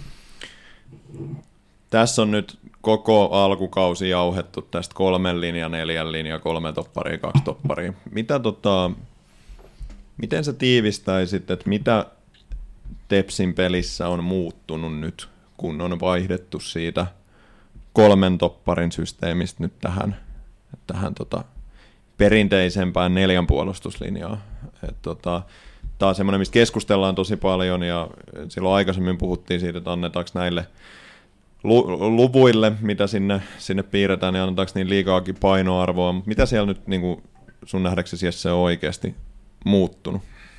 tässä on nyt koko alkukausi jauhettu tästä kolmen linja, neljän linja, kolme topparia, kaksi topparia. Mitä tota, miten sä tiivistäisit, että mitä Tepsin pelissä on muuttunut nyt, kun on vaihdettu siitä kolmen topparin systeemistä nyt tähän, tähän tota, perinteisempään neljän puolustuslinjaan. Et tota, tämä on semmoinen, mistä keskustellaan tosi paljon, ja silloin aikaisemmin puhuttiin siitä, että annetaanko näille lu- luvuille, mitä sinne, sinne piirretään, niin annetaanko niin liikaakin painoarvoa, mutta mitä siellä nyt niin kuin sun nähdäksesi se on oikeasti muuttunut?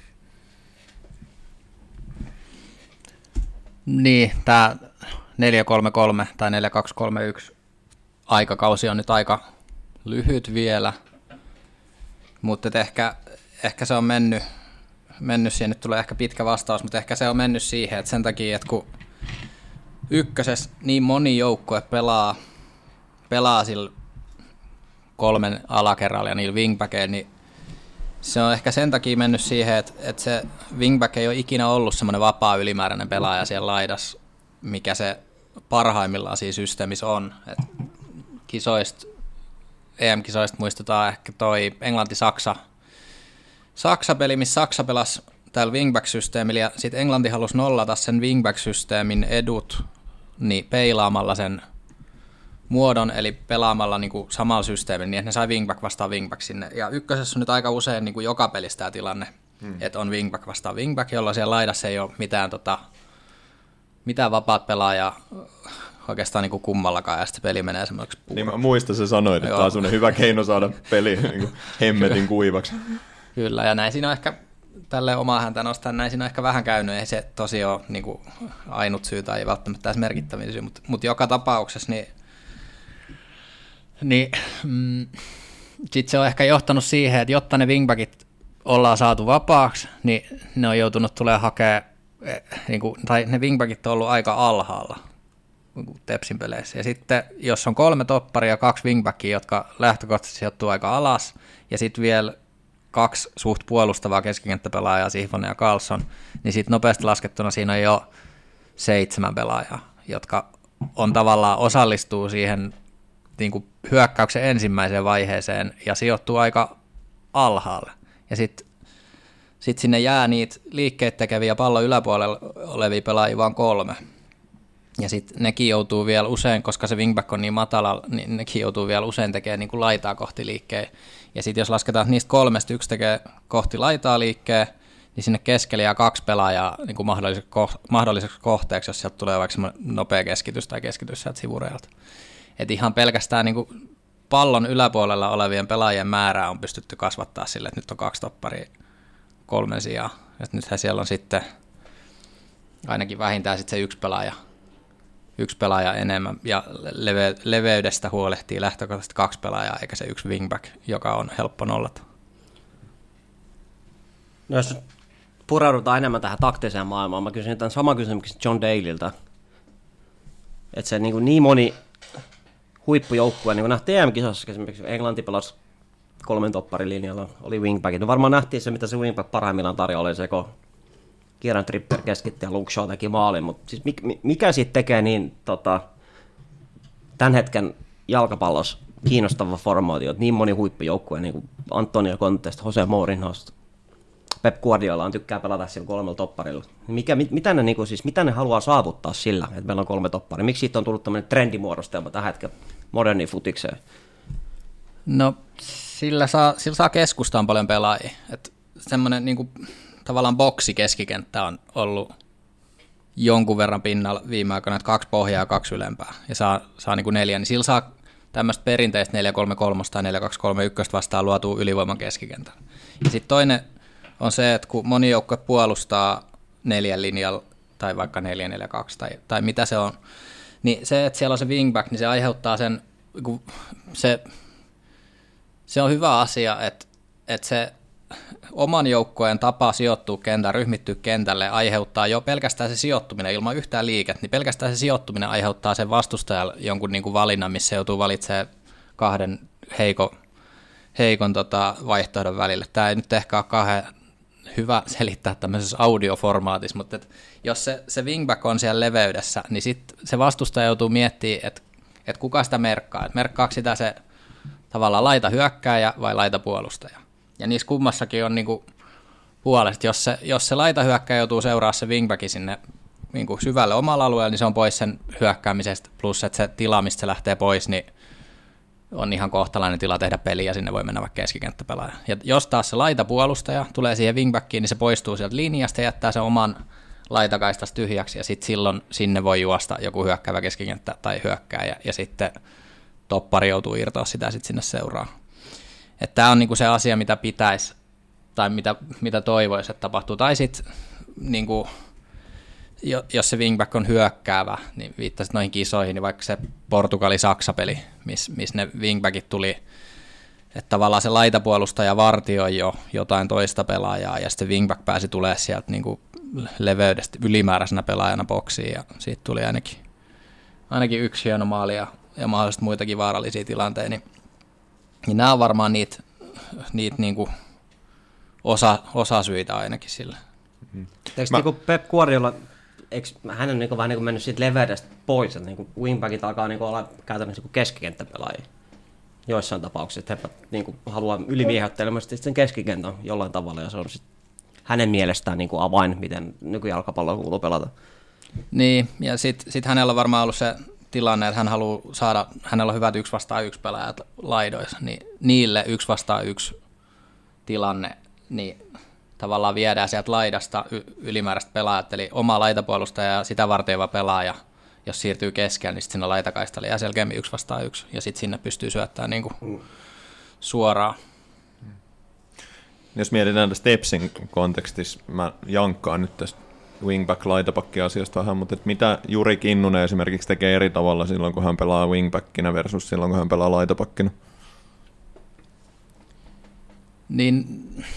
Niin, tämä neljä kolme kolme tai neljä kaksi kolme yksi aikakausi on nyt aika lyhyt vielä, mutta ehkä, ehkä se on mennyt, mennyt siihen, nyt tulee ehkä pitkä vastaus, mutta ehkä se on mennyt siihen, että sen takia, että kun ykkösessä niin moni joukkue pelaa, pelaa sillä kolmen alakerralla ja niillä wingbackeilla, niin se on ehkä sen takia mennyt siihen, että, että se wingback ei ole ikinä ollut semmoinen vapaa ylimääräinen pelaaja siellä laidassa, mikä se parhaimmillaan siinä systeemissä on. Et kisoista, E M-kisoista muistetaan ehkä toi Englanti-Saksa Saksa-peli, missä Saksa pelasi täällä wingback-systeemillä, ja sitten Englanti halusi nollata sen wingback-systeemin edut niin peilaamalla sen muodon, eli pelaamalla niin kuin samalla systeemillä, niin että ne sai wingback vastaan wingback sinne. Ja ykkösessä on nyt aika usein niin kuin joka pelissä tämä tilanne, hmm. että on wingback vastaan wingback, jolloin siellä laidassa ei ole mitään, tota, mitään vapaat pelaajaa oikeastaan niin kuin kummallakaan, ja sitten peli menee semmoiseksi puuroksi. Niin mä muistan, sä sanoit, että tämä on semmoinen hyvä keino saada peli niin hemmetin kuivaksi. Kyllä, ja näin siinä on ehkä, tälleen omaa häntä nostaa, näin siinä on ehkä vähän käynyt, ei se tosi ole niin kuin ainut syy tai ei välttämättä edes merkittävin syy, mutta, mutta joka tapauksessa niin Niin, mm, sitten se on ehkä johtanut siihen, että jotta ne wingbackit ollaan saatu vapaaksi, niin ne on joutunut tulemaan hakemaan, niin kuin, tai ne wingbackit on ollut aika alhaalla Tepsin peleissä. Ja sitten jos on kolme topparia ja kaksi wingbackia, jotka lähtökohtaisesti sijoittuu aika alas, ja sitten vielä kaksi suht puolustavaa keskikenttäpelaajaa, Sihvonen ja Karlsson, niin sitten nopeasti laskettuna siinä on jo seitsemän pelaajaa, jotka on tavallaan osallistuu siihen niin kuin hyökkäyksen ensimmäiseen vaiheeseen ja sijoittuu aika alhaalle. Ja sitten sit sinne jää niitä liikkeet tekeviä pallon yläpuolella olevia pelaajia vaan kolme. Ja sitten nekin joutuu vielä usein, koska se wingback on niin matala, niin nekin joutuu vielä usein tekemään niin kuin laitaa kohti liikkeen. Ja sitten jos lasketaan, että niistä kolmesta yksi tekee kohti laitaa liikkeen, niin sinne keskelle jää kaksi pelaajaa niin kuin mahdolliseksi, ko- mahdolliseksi kohteeksi, jos sieltä tulee vaikka nopea keskitys tai keskitys sieltä sivureilta. Että ihan pelkästään niin kuin pallon yläpuolella olevien pelaajien määrää on pystytty kasvattaa sille, että nyt on kaksi topparia kolmen sijaan. Ja nythän siellä on sitten ainakin vähintään sitten se yksi pelaaja, yksi pelaaja enemmän. Ja leve- leveydestä huolehtii lähtökohtaisesti kaksi pelaajaa, eikä se yksi wingback, joka on helppo nollata. No jos pureudutaan enemmän tähän taktiseen maailmaan, mä kysyn tämän saman kysymyksen John Daleltä. Että se niin, niin moni huippujoukkue, niin kuin nähtiin E M-kisossa, esimerkiksi Englanti pelasi kolmen topparilinjalla oli wingbackit. No varmaan nähtiin se, mitä se wingback parhaimmillaan tarjoaa, oli se, kun Kieran Trippier keskitti ja Luke Shaw teki maalin, mutta siis mikä siitä tekee niin tota, tämän hetken jalkapallossa kiinnostava formaatio, että niin moni huippujoukkue, niin kuin Antonio Conteista, Jose Mourinhosta, Pep Guardiola on tykkää pelata sillä kolmella topparilla. Mikä, mit, mitä, ne, niin kuin, siis, mitä ne haluaa saavuttaa sillä, että meillä on kolme topparia? Miksi siitä on tullut tämmöinen trendimuodostelma tähän hetken moderniin futikseen? No sillä saa, sillä saa keskustaan paljon pelaajia. Että semmoinen niin kuin, tavallaan boksi keskikenttä on ollut jonkun verran pinnalla viime aikoina, että kaksi pohjaa ja kaksi ylempää ja saa, saa niin kuin neljä, niin sillä saa tämmöistä perinteistä neljä kolme kolme tai neljä kaksi kolme yksi vastaan luotua ylivoiman keskikentän. Ja sitten toinen on se, että kun moni joukkue puolustaa neljän linjalla tai vaikka neljä neljä kaksi tai, tai mitä se on, niin se, että siellä on se wingback, niin se aiheuttaa sen, se, se on hyvä asia, että, että se oman joukkueen tapa sijoittua kentälle, ryhmittyä kentälle aiheuttaa jo pelkästään se sijoittuminen ilman yhtään liiket, niin pelkästään se sijoittuminen aiheuttaa sen vastustajalle jonkun niin kuin valinnan, missä joutuu valitsemaan kahden heikon, heikon tota vaihtoehdon välillä. Tämä ei nyt ehkä ole kauhean hyvä selittää tämmöisessä audioformaatissa, mutta et jos se, se wingback on siellä leveydessä, niin sitten se vastustaja joutuu miettimään, että et kuka sitä merkkaa. Et merkkaako sitä se tavallaan laita hyökkääjä vai laita puolustaja. Ja niissä kummassakin on niinku puolesta, jos se, jos se laita hyökkääjä joutuu seuraamaan se wingbacki sinne niinku syvälle omalla alueella, niin se on pois sen hyökkäämisestä, plus että se tila, mistä se lähtee pois, niin on ihan kohtalainen tila tehdä peliä, ja sinne voi mennä vaikka keskikenttäpelaaja. Ja jos taas se laitapuolustaja tulee siihen wingbackiin, niin se poistuu sieltä linjasta ja jättää sen oman laitakaistas tyhjäksi, ja sitten silloin sinne voi juosta joku hyökkäävä keskikenttä tai hyökkääjä, ja sitten toppari joutuu irtoa sitä sitten sinne seuraan. Tämä on niinku se asia, mitä pitäisi, tai mitä, mitä toivoisi, että tapahtuu. Tai sitten, niinku, jos se wingback on hyökkäävä, niin viittasit noihin kisoihin, niin vaikka se Portugali-Saksa-peli, missä miss ne wingbackit tuli, että tavallaan se laitapuolustaja vartioi jo jotain toista pelaajaa, ja sitten wingback pääsi tulemaan sieltä niinku leveydestä ylimääräisenä pelaajana boksiin, ja siitä tuli ainakin, ainakin yksi hieno maali, ja, ja mahdollisesti muitakin vaarallisia tilanteita, niin Niin nämä on varmaan niitä, niitä niinku osa, osasyitä ainakin sillä. Mm. Eikö Mä... niinku Pep Guardiola, eikö hän on niinku vähän niinku mennyt siitä leveydestä pois, että niinku wingbackit alkaa niinku olla käytännössä niinku keskikenttäpelaajia joissain tapauksissa, että he niinku haluaa ylimiehättelemästi sen keskikentän jollain tavalla, ja se on sit hänen mielestään niinku avain, miten nykyjalkapalloa kuuluu pelata. Niin, ja sitten sit hänellä on varmaan ollut se tilanne, että hän haluaa saada, hänellä on hyvät yksi vastaan yksi pelaajat laidoissa, niin niille yksi vastaan yksi tilanne, niin tavallaan viedään sieltä laidasta y- ylimääräistä pelaajat, eli oma laitapuolustaja ja sitä vartioiva pelaaja, jos siirtyy keskellä, niin sitten sinne laitakaistalle jää selkeämmin yksi vastaan yksi, ja sitten sinne pystyy syöttämään niin kuin suoraan. Jos mietitään tästä Tepsin kontekstissa, mä jankkaan nyt tästä wingback-laitapakki-asiasta vähän, mutta että mitä Juri Kinnunen esimerkiksi tekee eri tavalla silloin, kun hän pelaa wingbackina versus silloin, kun hän pelaa laitapakkina? Niin,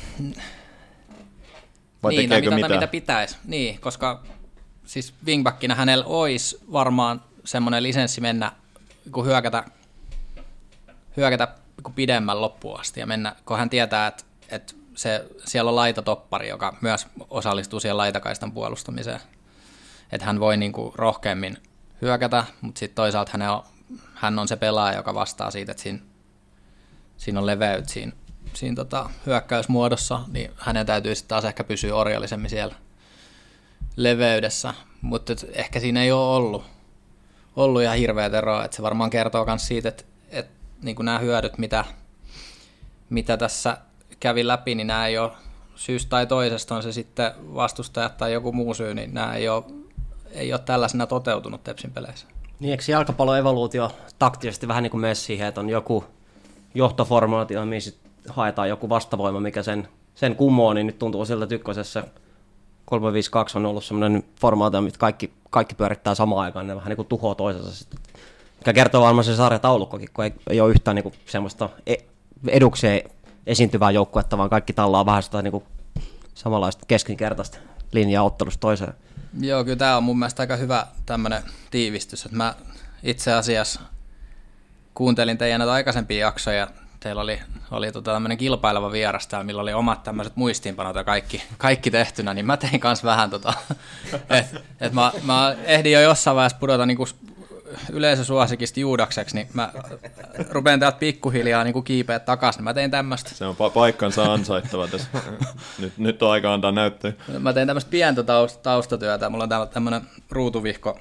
vai niin tekeekö no, mitä? mitä pitäisi, niin, koska siis wingbackina hänellä olisi varmaan semmoinen lisenssi mennä, kun hyökätä, hyökätä kun pidemmän loppuun asti ja mennä, kun hän tietää, että, että se, siellä on laitatoppari, joka myös osallistuu siihen laitakaistan puolustamiseen. Että hän voi niinku rohkeammin hyökätä, mutta sitten toisaalta hän on, hän on se pelaaja, joka vastaa siitä, että siinä, siinä on leveyt siinä, siinä tota hyökkäysmuodossa, niin hänen täytyy sitten taas ehkä pysyä orjallisemmin siellä leveydessä. Mutta ehkä siinä ei ole ollut, ollut ihan hirveät eroa, että se varmaan kertoo myös siitä, että, että niin nämä hyödyt, mitä, mitä tässä kävi läpi, niin nämä ei ole syystä tai toisesta, on se sitten vastustajat tai joku muu syy, niin nämä ei ole, ei ole tällaisena toteutunut Tepsin peleissä. Niin, eikö jalkapallon evoluutio taktisesti vähän niin kuin mene siihen, että on joku johtoformaatio, missä haetaan joku vastavoima, mikä sen, sen kumoo, niin nyt tuntuu siltä, että ykkösessä kolme viisi kaksi on ollut sellainen formaatio, mitä kaikki, kaikki pyörittää samaan aikaan, ne vähän niin kuin tuhoaa toisensa sitten. Mikä kertoo varmaan se sarjataulukkokin, kun ei, ei ole yhtään niin kuin semmoista edukseen esiintyvää joukkuetta, vaan kaikki tallaa vähän sitä niin kuin samanlaista keskinkertaista linjaa ottelusta toiseen. Joo, kyllä tämä on mun mielestä aika hyvä tämmöinen tiivistys, että mä itse asiassa kuuntelin teidän näitä aikaisempia jaksoja teillä oli, oli tota tämmöinen kilpaileva vieras täällä, millä oli omat tämmöiset muistiinpanot ja kaikki, kaikki tehtynä, niin mä tein kanssa vähän tota, että et mä, mä ehdin jo jossain vaiheessa pudota niinku yleisösuosikista Juudakseksi, niin mä rupean täältä pikkuhiljaa niinku kiipeä takaisin, niin mä tein tämmöistä. Se on pa- paikkansa ansaittava tässä. nyt, nyt on aika antaa näyttöä. Mä tein tämmöistä pientä taust- taustatyötä, mulla on täällä tämmöinen ruutuvihko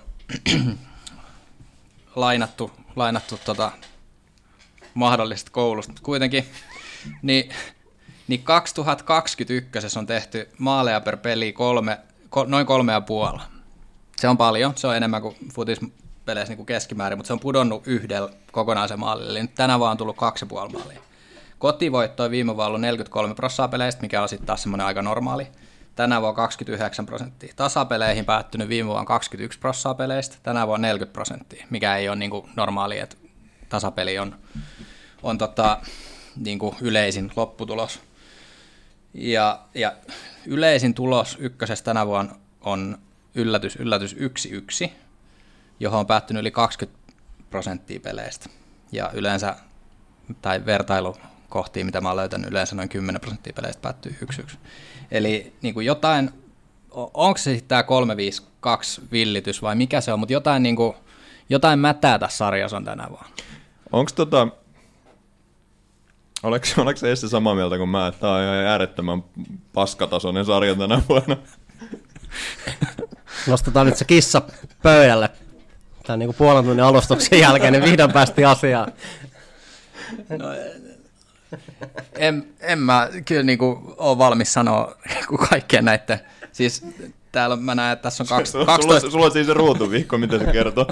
lainattu, lainattu tota, mahdollisesta koulusta, mutta kuitenkin, niin, niin kaksituhattakaksikymmentäyksi on tehty maaleja per peli kolme, ko, noin kolme ja puoli. Se on paljon, se on enemmän kuin futispeleissä niin kuin keskimäärin, mutta se on pudonnut yhdellä kokonaisen maalille, eli nyt tänä vuonna on tullut kaksi ja puoli maalia. Kotivoittoi viime vuonna ollut neljäkymmentäkolme prosenttia peleistä, mikä on sitten taas semmoinen aika normaali. Tänä vuonna kaksikymmentäyhdeksän prosenttia. Tasapeleihin päättynyt viime vuonna kaksikymmentäyksi prosenttia peleistä, tänä vuonna neljäkymmentä prosenttia, mikä ei ole niin kuin normaali, että tasapeli on, on tota, niin kuin yleisin lopputulos. Ja, ja yleisin tulos ykkösessä tänä vuonna on yllätys, yllätys yksi yksi, johon on päättynyt yli kaksikymmentä prosenttia peleistä. Ja yleensä, tai vertailukohtiin, mitä mä oon löytänyt, yleensä noin kymmenen prosenttia peleistä päättyy yksi yksi. Eli niin kuin jotain, onko se sitten tämä kolme viisi kaksi villitys vai mikä se on, mutta jotain, niin kuin, jotain mätää tässä sarjassa on tänä vuonna. Onko tota, oliko, oliko se Esse samaa mieltä kuin mä, että tämä on ihan äärettömän paskatasoinen sarja tänä vuonna? Nostetaan nyt se kissa pöydälle. Tämän niin kuin puolen tunnin alustuksen jälkeen, niin vihdoin päästiin asiaan. No, en, en mä kyllä niin kuin ole valmis sanoa kaikkea näiden. Siis täällä mä näen, että tässä on kaksi, sulla, kaksitoista... Sulla on siis se ruutuvihko, mitä se kertoo.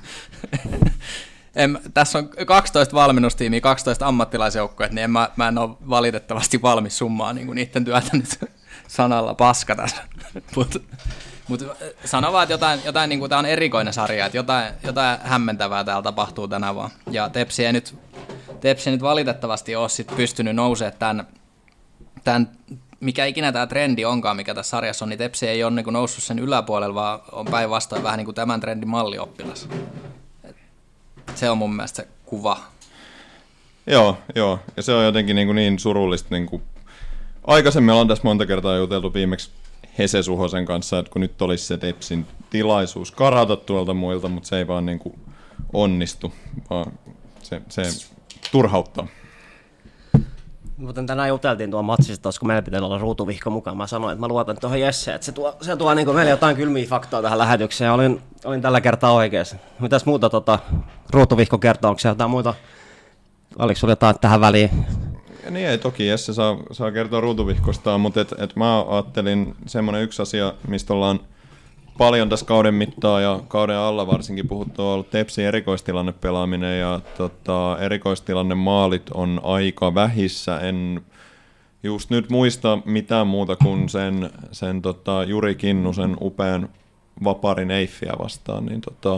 En, tässä on kaksitoista valmennustiimiä, kaksitoista ammattilaisjoukkoja, niin en mä, mä en ole valitettavasti valmis summaan niin kuin niiden työtä nyt sanalla paska tässä. Mutta mut sano vaan, että jotain, jotain niin kuin tämä on erikoinen sarja, että jotain, jotain hämmentävää täällä tapahtuu tänä vuonna. Ja Tepsi ei nyt, Tepsi ei nyt valitettavasti ole sit pystynyt nousemaan tämän, tämän, mikä ikinä tämä trendi onkaan, mikä tässä sarjassa on, niin Tepsi ei ole niin kuin noussut sen yläpuolella, vaan on päinvastoin vähän niin kuin tämän trendin mallioppilas. Se on mun mielestä se kuva. Joo, joo. Ja se on jotenkin niin, niin surullista. Niin kuin aikaisemmin ollaan tässä monta kertaa juteltu viimeksi Hese Suhosen kanssa, että kun nyt olisi se Tepsin tilaisuus karata tuolta muilta, mutta se ei vaan niin kuin onnistu, vaan se, se turhauttaa. Mutta tänään juteltiin tuon matsista, kun meillä pitää olla ruutuvihko mukaan. Mä sanoin, että mä luotan tuohon Jesseen, että se tuo, se tuo niin meille jotain kylmiä faktaa tähän lähetykseen. Olin, olin tällä kertaa oikeassa. Mitäs muuta tota, ruutuvihko kertoo? Onko jotain muuta? Oliko sulla jotain tähän väliin? Ja niin ei, toki Jesse saa, saa kertoa ruutuvihkostaan, mutta et, et mä ajattelin semmoinen yksi asia, mistä ollaan paljon tässä kauden mittaan ja kauden alla varsinkin puhuttu, on ollut Tepsin erikoistilannepelaaminen ja tota, erikoistilanne maalit on aika vähissä. En just nyt muista mitään muuta kuin sen, sen tota, Juri Kinnusen upean vaparin Eiffiä vastaan. Niin, tota,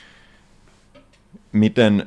miten,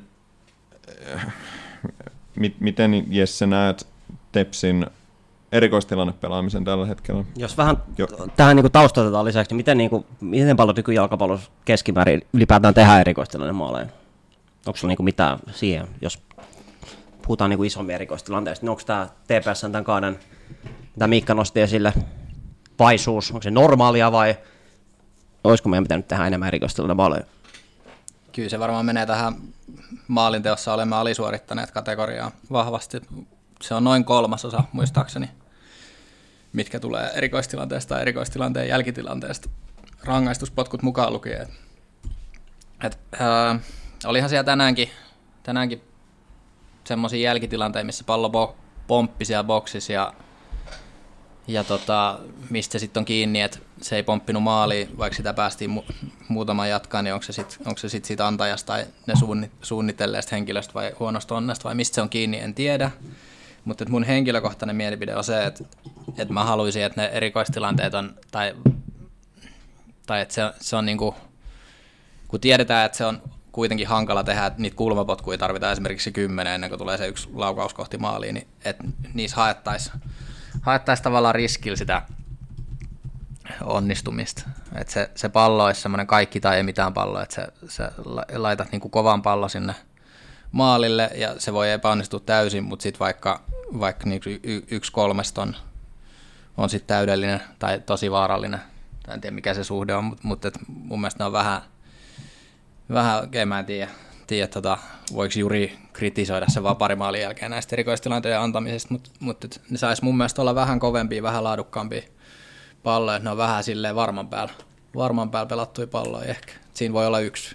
mit, miten Jesse näet Tepsin erikoistilannepelaamisen tällä hetkellä? Jos vähän jo tähän niin taustoitetaan lisäksi, niin miten, niin kuin, miten paljon nykyjalkapallossa keskimäärin ylipäätään tehdään erikoistilanne maaleja? Onko sulla niin mitään siihen, jos puhutaan niin isommin erikoistilanteista, niin onko tämä T P S tämän kauden, mitä Miikka nosti esille, vaisuus, onko se normaalia vai olisiko meidän pitänyt tehdä enemmän erikoistilanne maaleja? Kyllä se varmaan menee tähän maalinteossa olemme alisuorittaneet kategoriaan vahvasti. Se on noin kolmasosa muistaakseni, mitkä tulee erikoistilanteesta ja erikoistilanteen jälkitilanteesta, rangaistuspotkut mukaan lukien. Et, ää, olihan siellä tänäänkin, tänäänkin semmoisia jälkitilanteita, missä pallo pomppi siellä boksissa ja, ja tota, mistä sitten on kiinni, että se ei pomppinut maaliin, vaikka sitä päästiin mu- muutaman jatkaan, niin onko se sitten sit siitä antajasta tai ne suunni- suunnitelleesta henkilöstä vai huonosta onnesta vai mistä se on kiinni, en tiedä. Mutta mun henkilökohtainen mielipide on se, että, että mä haluaisin, että ne erikoistilanteet on, tai, tai että se, se on niinku, kun tiedetään, että se on kuitenkin hankala tehdä, että niitä kulmapotkuja tarvitaan esimerkiksi kymmenen ennen kuin tulee se yksi laukaus kohti maaliin, niin että niissä haettaisiin haettais tavallaan riskillä sitä onnistumista. Että se, se pallo olisi semmoinen kaikki tai ei mitään pallo, että sä, sä laitat niinku kovan pallo sinne maalille ja se voi epäonnistua täysin, mutta sitten vaikka, vaikka niinku y- yksi kolmesta on, on sitten täydellinen tai tosi vaarallinen. En tiedä mikä se suhde on, mutta, mutta mun mielestä ne on vähän, vähän oikein mä en tiedä, tiedä tota, voiko Juri kritisoida sen vaan pari maalin jälkeen näistä erikoistilanteiden antamisesta, mutta, mutta ne sais mun mielestä olla vähän kovempia, vähän laadukkaampia palloja, että ne on vähän silleen varman päällä, varman päällä pelattuja palloja ehkä. Siinä voi olla yksi.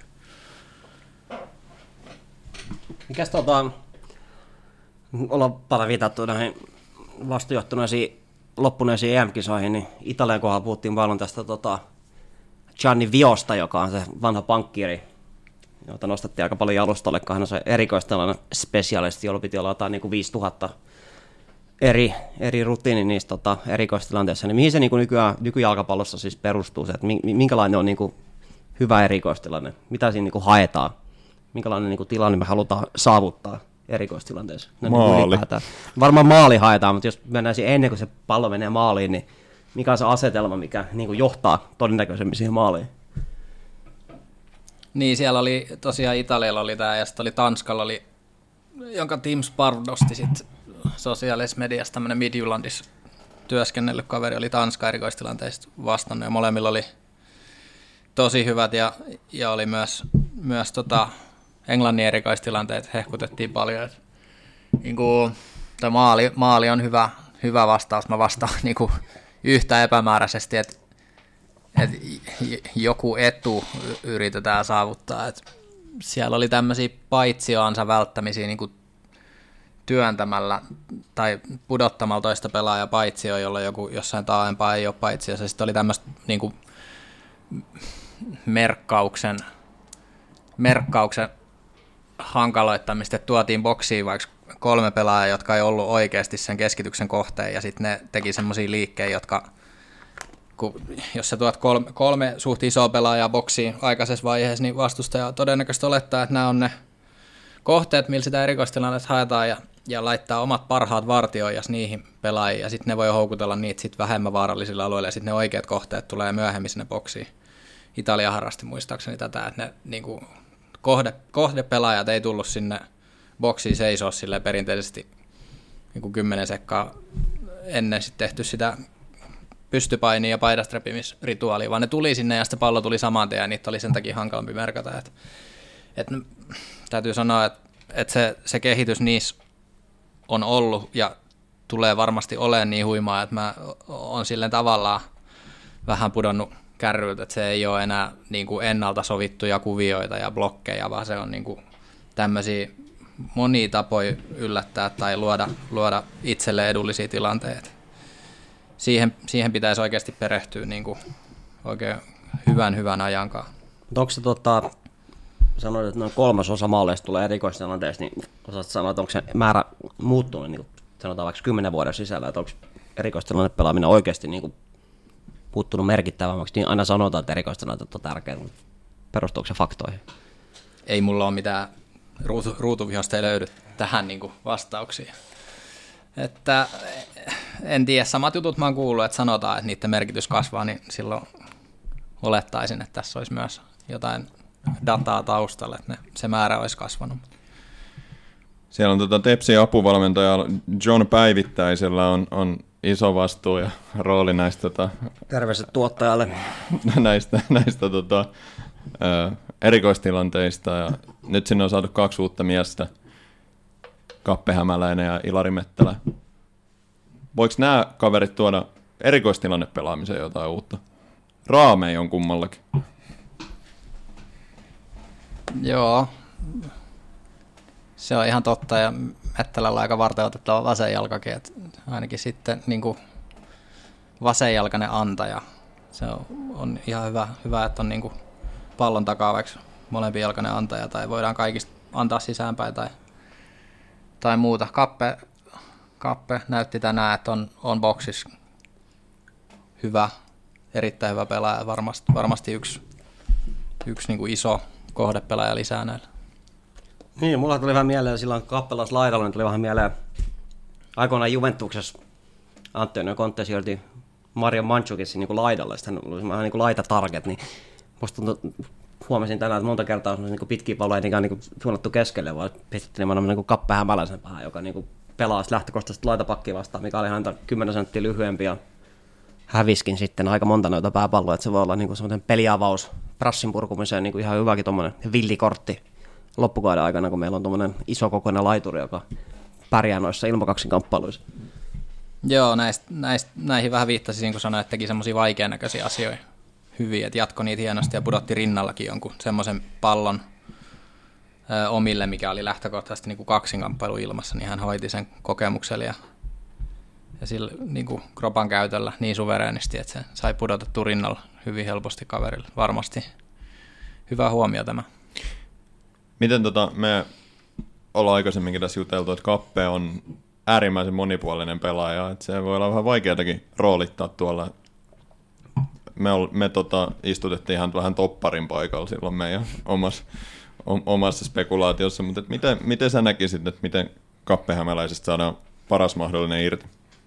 Mikäs tota, ollaan paljon viitattu näihin vastajohtuneisiin loppuneisiin E M-kisoihin, niin Italian kohdalla puhuttiin paljon tästä tota, Gianni Viosta, joka on se vanha pankkiiri, jota nostettiin aika paljon jalustalle, kun hän on se erikoistilanne spesialisti, jolla piti olla jotain niin kuin viisituhatta eri, eri rutiini niistä tota, erikoistilanteissa. Niin mihin se niin kuin nykyään, nykyjalkapallossa siis perustuu, se, että minkälainen on niin kuin hyvä erikoistilanne, mitä siinä niin kuin haetaan, minkälainen niin kuin tilanne me halutaan saavuttaa erikoistilanteessa. Maali. Varmaan maali haetaan, mutta jos mennään ennen kuin se pallo menee maaliin, niin mikä on se asetelma, mikä niin kuin johtaa todennäköisemmin siihen maaliin? Niin, siellä oli tosiaan Italialla oli tämä ja sitten oli Tanskalla, oli, jonka Tim Sparv nosti sitten sosiaalisessa mediassa, tämmöinen Midjyllandissa työskennellyt kaveri oli Tanska erikoistilanteista vastannut ja molemmilla oli tosi hyvät ja, ja oli myös, myös tota, Englannin erikoistilanteet hehkutettiin paljon. Et, niin kuin, maali, maali on hyvä, hyvä vastaus. Mä vastaan niin kuin, yhtä epämääräisesti, että et, joku etu yritetään saavuttaa. Et, siellä oli tämmöisiä paitsioansa välttämisiä niin kuin työntämällä tai pudottamalla toista pelaajaa paitsioon, jolla joku jossain taaempaa ei ole paitsiossa. Sitten oli tämmöistä niin kuin merkkauksen, merkkauksen hankaloittamista, että tuotiin boksiin vaikka kolme pelaajaa, jotka ei ollut oikeasti sen keskityksen kohteen, ja sitten ne teki semmoisia liikkeitä, jotka, kun, jos sä tuot kolme, kolme suht isoa pelaajaa boksiin aikaisessa vaiheessa, niin vastustaja todennäköisesti olettaa, että nämä on ne kohteet, millä sitä erikoistilannetta haetaan, ja, ja laittaa omat parhaat vartioijas niihin pelaajiin, ja sitten ne voi houkutella niitä sit vähemmän vaarallisilla alueilla, ja sitten ne oikeat kohteet tulee myöhemmin sinne boksiin. Italia harrasti muistaakseni tätä, että ne niinku, kohde, kohdepelaajat ei tullut sinne boksiin seisoa silleen perinteisesti niinku kymmenen sekkaa ennen sitten tehty sitä pystypainia ja paidastrepimisrituaalia, vaan ne tuli sinne ja sitten pallo tuli saman tien ja niitä oli sen takia hankalampi merkata. Et, et, täytyy sanoa, että et se, se kehitys niissä on ollut ja tulee varmasti olemaan niin huimaa, että mä oon silleen tavallaan vähän pudonnut kärryiltä, että se ei ole enää niin kuin ennalta sovittuja kuvioita ja blokkeja, vaan se on niin kuin tämmöisiä monia tapoja yllättää tai luoda, luoda itselle edullisia tilanteita. Siihen, siihen pitäisi oikeasti perehtyä niin kuin oikein hyvän hyvän ajankaan. Onko se, tota, sanoit, että noin kolmas osa maaleista tulee erikoistilanteesta, niin osaat sanoa, että onko se määrä muuttunut, niin kuin sanotaan vaikka kymmenen vuoden sisällä, että onko erikoistilanne pelaaminen oikeasti niin kuin puuttunut merkittävämmäksi, niin aina sanotaan, että erikoistilanteet on tärkeää, mutta perustuuko se faktoihin? Ei mulla ole mitään ruutu, ruutuvihosta ei löydy tähän niin kuin vastauksia. Että en tiedä, samat jutut mä oon kuullut, että sanotaan, että niiden merkitys kasvaa, niin silloin olettaisin, että tässä olisi myös jotain dataa taustalla, että ne, se määrä olisi kasvanut. Siellä on tuota Tepsin apuvalmentaja John Päivittäisellä on, on iso vastuu ja rooli näistä, tota, terveiset tuottajalle. näistä, näistä tota, ä, erikoistilanteista. Ja nyt sinne on saatu kaksi uutta miestä, Kappe Hämäläinen ja Ilari Mettälä. Voiko nämä kaverit tuoda erikoistilannepelaamiseen jotain uutta? Raameja on kummallakin. Joo, se on ihan totta ja Mettälällä aika varteutettava vasen jalkakin, että ainakin sitten niin kuin vasenjalkainen antaja. Se on, on ihan hyvä, hyvä, että on niin kuin pallon takaa vaikka molempi jalkainen antaja tai voidaan kaikista antaa sisäänpäin tai, tai muuta. Kappe, Kappe näytti tänään, että on, on boksissa hyvä, erittäin hyvä pelaaja, varmasti, varmasti yksi, yksi niin kuin iso kohdepelaaja lisää näillä. Niin, mulla tuli vähän mieleen, silloin Kappelas laidalla, niin tuli vähän mieleen aikoinaan Juventuksessa Antonio Conte siirti Mario Mandzukic niin kuin laidalle, sitten hän oli vähän niin kuin laita target, niin musta tuntui, huomasin tänään, että monta kertaa on niin pitkiä palloja ei niin suunnattu keskelle, vaan pistettiin nimenomaan niin Kappe Hämäläisen päähän, joka niin pelaa lähtökohtaisesti laitapakkia vastaan, mikä oli häntä kymmenen senttiä lyhyempi ja häviskin sitten aika monta noita pääpalloja, että se voi olla niin semmoinen peliavaus prassin purkumiseen niin ihan hyväkin tuommoinen villikortti loppukauden aikana, kun meillä on tuommoinen isokokoinen laituri, joka pärjää noissa ilmakaksin kamppailuissa. Joo, näistä, näistä, näihin vähän viittasin, kun sanoin, että teki semmoisia vaikean näköisiä asioita hyvin, että jatkoi niitä hienosti ja pudotti rinnallakin jonkun semmoisen pallon ö, omille, mikä oli lähtökohtaisesti niin kuin kaksinkamppailu ilmassa, niin hän hoiti sen kokemuksella ja, ja sillä niin kuin kropan käytöllä niin suvereenisti, että se sai pudotettua rinnalla hyvin helposti kaverille. Varmasti hyvä huomio tämä. Miten tota, me ollaan aikaisemminkin tässä juteltu, että Kappe on äärimmäisen monipuolinen pelaaja, että se voi olla vähän vaikeatakin roolittaa tuolla. Me, ol, me tota, istutettiin ihan vähän topparin paikalla silloin meidän omassa, omassa spekulaatiossa, mutta miten, miten sä näkisit, että miten Kappe Hämäläisestä saadaan paras mahdollinen irti?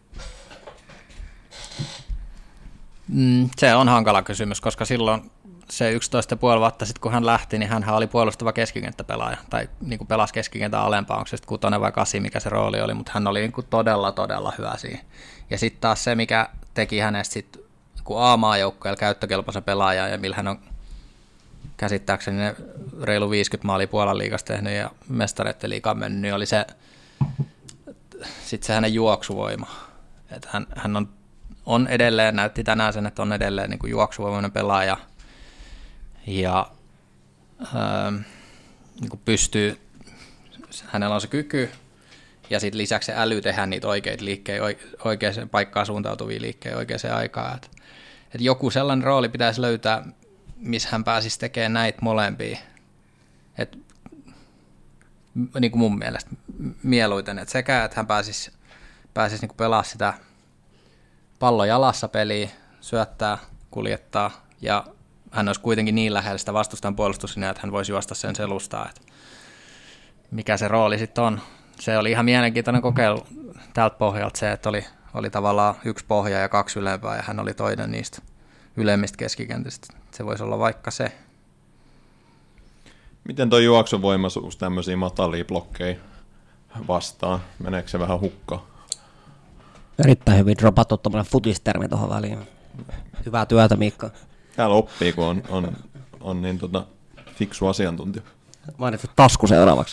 Mm, se on hankala kysymys, koska silloin se yksitoista pilkku viisi vuotta sitten, kun hän lähti, niin hän oli puolustava keskikenttäpelaaja, tai niin kuin pelasi keskikentän alempaa, onko se sitten kutonen vai kasi, mikä se rooli oli, mutta hän oli niin kuin todella, todella hyvä siinä. Ja sitten taas se, mikä teki hänestä sitten A-maajoukkueella käyttökelpoisen pelaaja, ja millä hän on käsittääkseni ne reilu viisikymmentä maalia Puolan liigassa tehnyt ja mestareiden liigaan mennyt, niin oli se, sit se hänen juoksuvoima. Et hän, hän on, on edelleen, näytti tänään sen, että on edelleen niin kuin juoksuvoimainen pelaaja, ja ähm, niin kuin pystyy, hänellä on se kyky, ja sitten lisäksi se äly tehdä niitä oikeita liikkeitä, oikeaan paikkaan suuntautuvia liikkeitä oikeaan aikaan. Et, et joku sellainen rooli pitäisi löytää, missä hän pääsisi tekemään näitä molempia. Et, niin kuin mun mielestä mieluiten, että sekä, että hän pääsisi, pääsisi niin pelaamaan sitä pallon jalassa peliä, syöttää, kuljettaa, ja hän olisi kuitenkin niin lähellä sitä vastustajan puolustuslinjaa, että hän voisi juosta sen selustaa, että mikä se rooli sitten on. Se oli ihan mielenkiintoinen kokeilu tältä pohjalta se, että oli, oli tavallaan yksi pohja ja kaksi ylempää, ja hän oli toinen niistä ylemmistä keskikentistä. Se voisi olla vaikka se. Miten tuo juoksuvoimaisuus tämmöisiä matalia blokkeja vastaan? Meneekö se vähän hukkaan? Erittäin hyvin dropattu tuommoinen futistermi tuohon väliin. Hyvää työtä, Miikka. Täällä oppii, kun on, on, on niin tota fiksu asiantuntija. Mainitsit tasku seuraavaksi.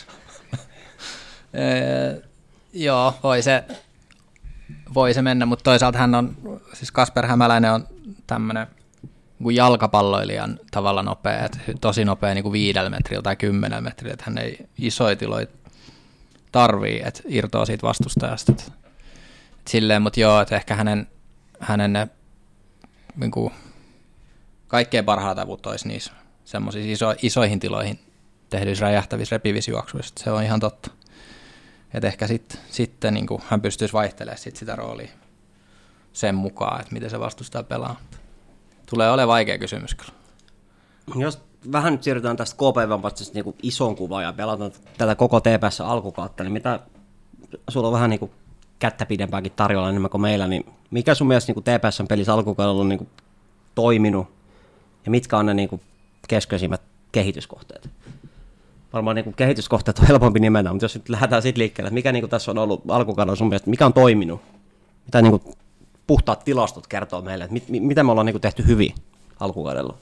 Öö, joo, voi se, voi se mennä, mutta toisaalta hän on, siis Kasper Hämäläinen on tämmöinen niin jalkapalloilijan tavalla nopea, että tosi nopea niin kuin viidellä metrillä tai kymmenellä metrillä, että hän ei isoja tiloja tarvii, että irtoaa siitä vastustajasta. Et, et silleen, mutta joo, että ehkä hänen, hänen ne niin kuin kaikkein parhaat avut olisi niissä semmoisissa iso, isoihin tiloihin tehdyissä räjähtävissä repivissä juoksuissa, se on ihan totta. Että ehkä sit, sitten niin kuin hän pystyisi vaihtelemaan sit sitä roolia sen mukaan, että miten se vastustaa pelaa. Tulee olemaan vaikea kysymys kyllä. Jos vähän nyt siirrytään tästä K P-vapaasta niin isoon kuvaan ja pelataan tätä koko T P S alkukautta, niin mitä, sulla on vähän niin kuin kättä pidempäänkin tarjolla enemmän kuin meillä, niin mikä sun mielestä niin T P S:n pelissä alkukaudella on niin kuin toiminut ja mitkä on ne niin kuin keskeisimmät kehityskohteet? Varmaan niin kuin kehityskohteet on helpompi nimetä, mutta jos nyt lähdetään siitä liikkeelle, että mikä niin kuin tässä on ollut alkukaudella sun mielestä, mikä on toiminut? Mitä niin kuin puhtaat tilastot kertoo meille, että mit, mit, mitä me ollaan niin kuin tehty hyvin alkukaudella?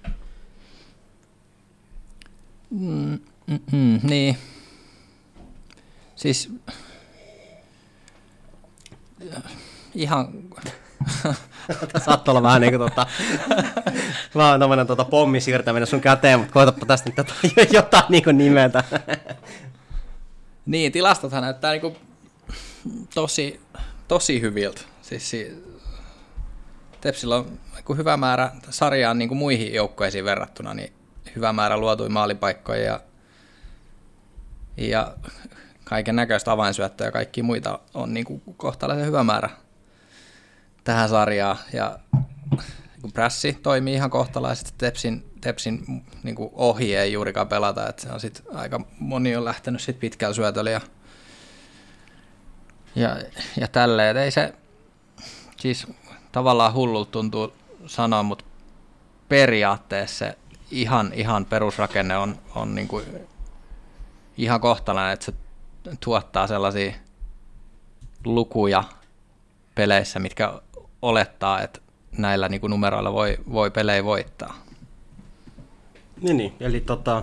Mm, mm, mm, niin. Siis ihan Saattaa olla vähän niin kuin tota, vaan tommoinen tota pommi siirtäminen sun käteen, mutta koetapa tästä nyt tota, jotain niin kuin nimetä. Niin, tilastothan näyttää niin kuin tosi, tosi hyviltä. Siis Tepsillä on niin kuin hyvä määrä sarjaan niin kuin muihin joukkueisiin verrattuna, niin hyvä määrä luotui maalipaikkoja ja, ja kaiken näköistä avainsyöttöä ja kaikkia muita on niin kuin kohtalaisen hyvä määrä tähän sarjaan. Ja niin prässi toimii ihan kohtalaisesti, Tepsin, Tepsin niin kuin ohi ei juurikaan pelata, että se on sit aika moni on lähtenyt sit pitkällä syötöllä ja, ja, ja tälleen. Ei se, siis tavallaan hullulta tuntuu sanoa, mutta periaatteessa se ihan, ihan perusrakenne on, on niin kuin ihan kohtalainen, että se tuottaa sellaisia lukuja peleissä, mitkä olettaa, että näillä niin kuin numeroilla voi, voi pelejä voittaa. Niin, niin. Eli tota,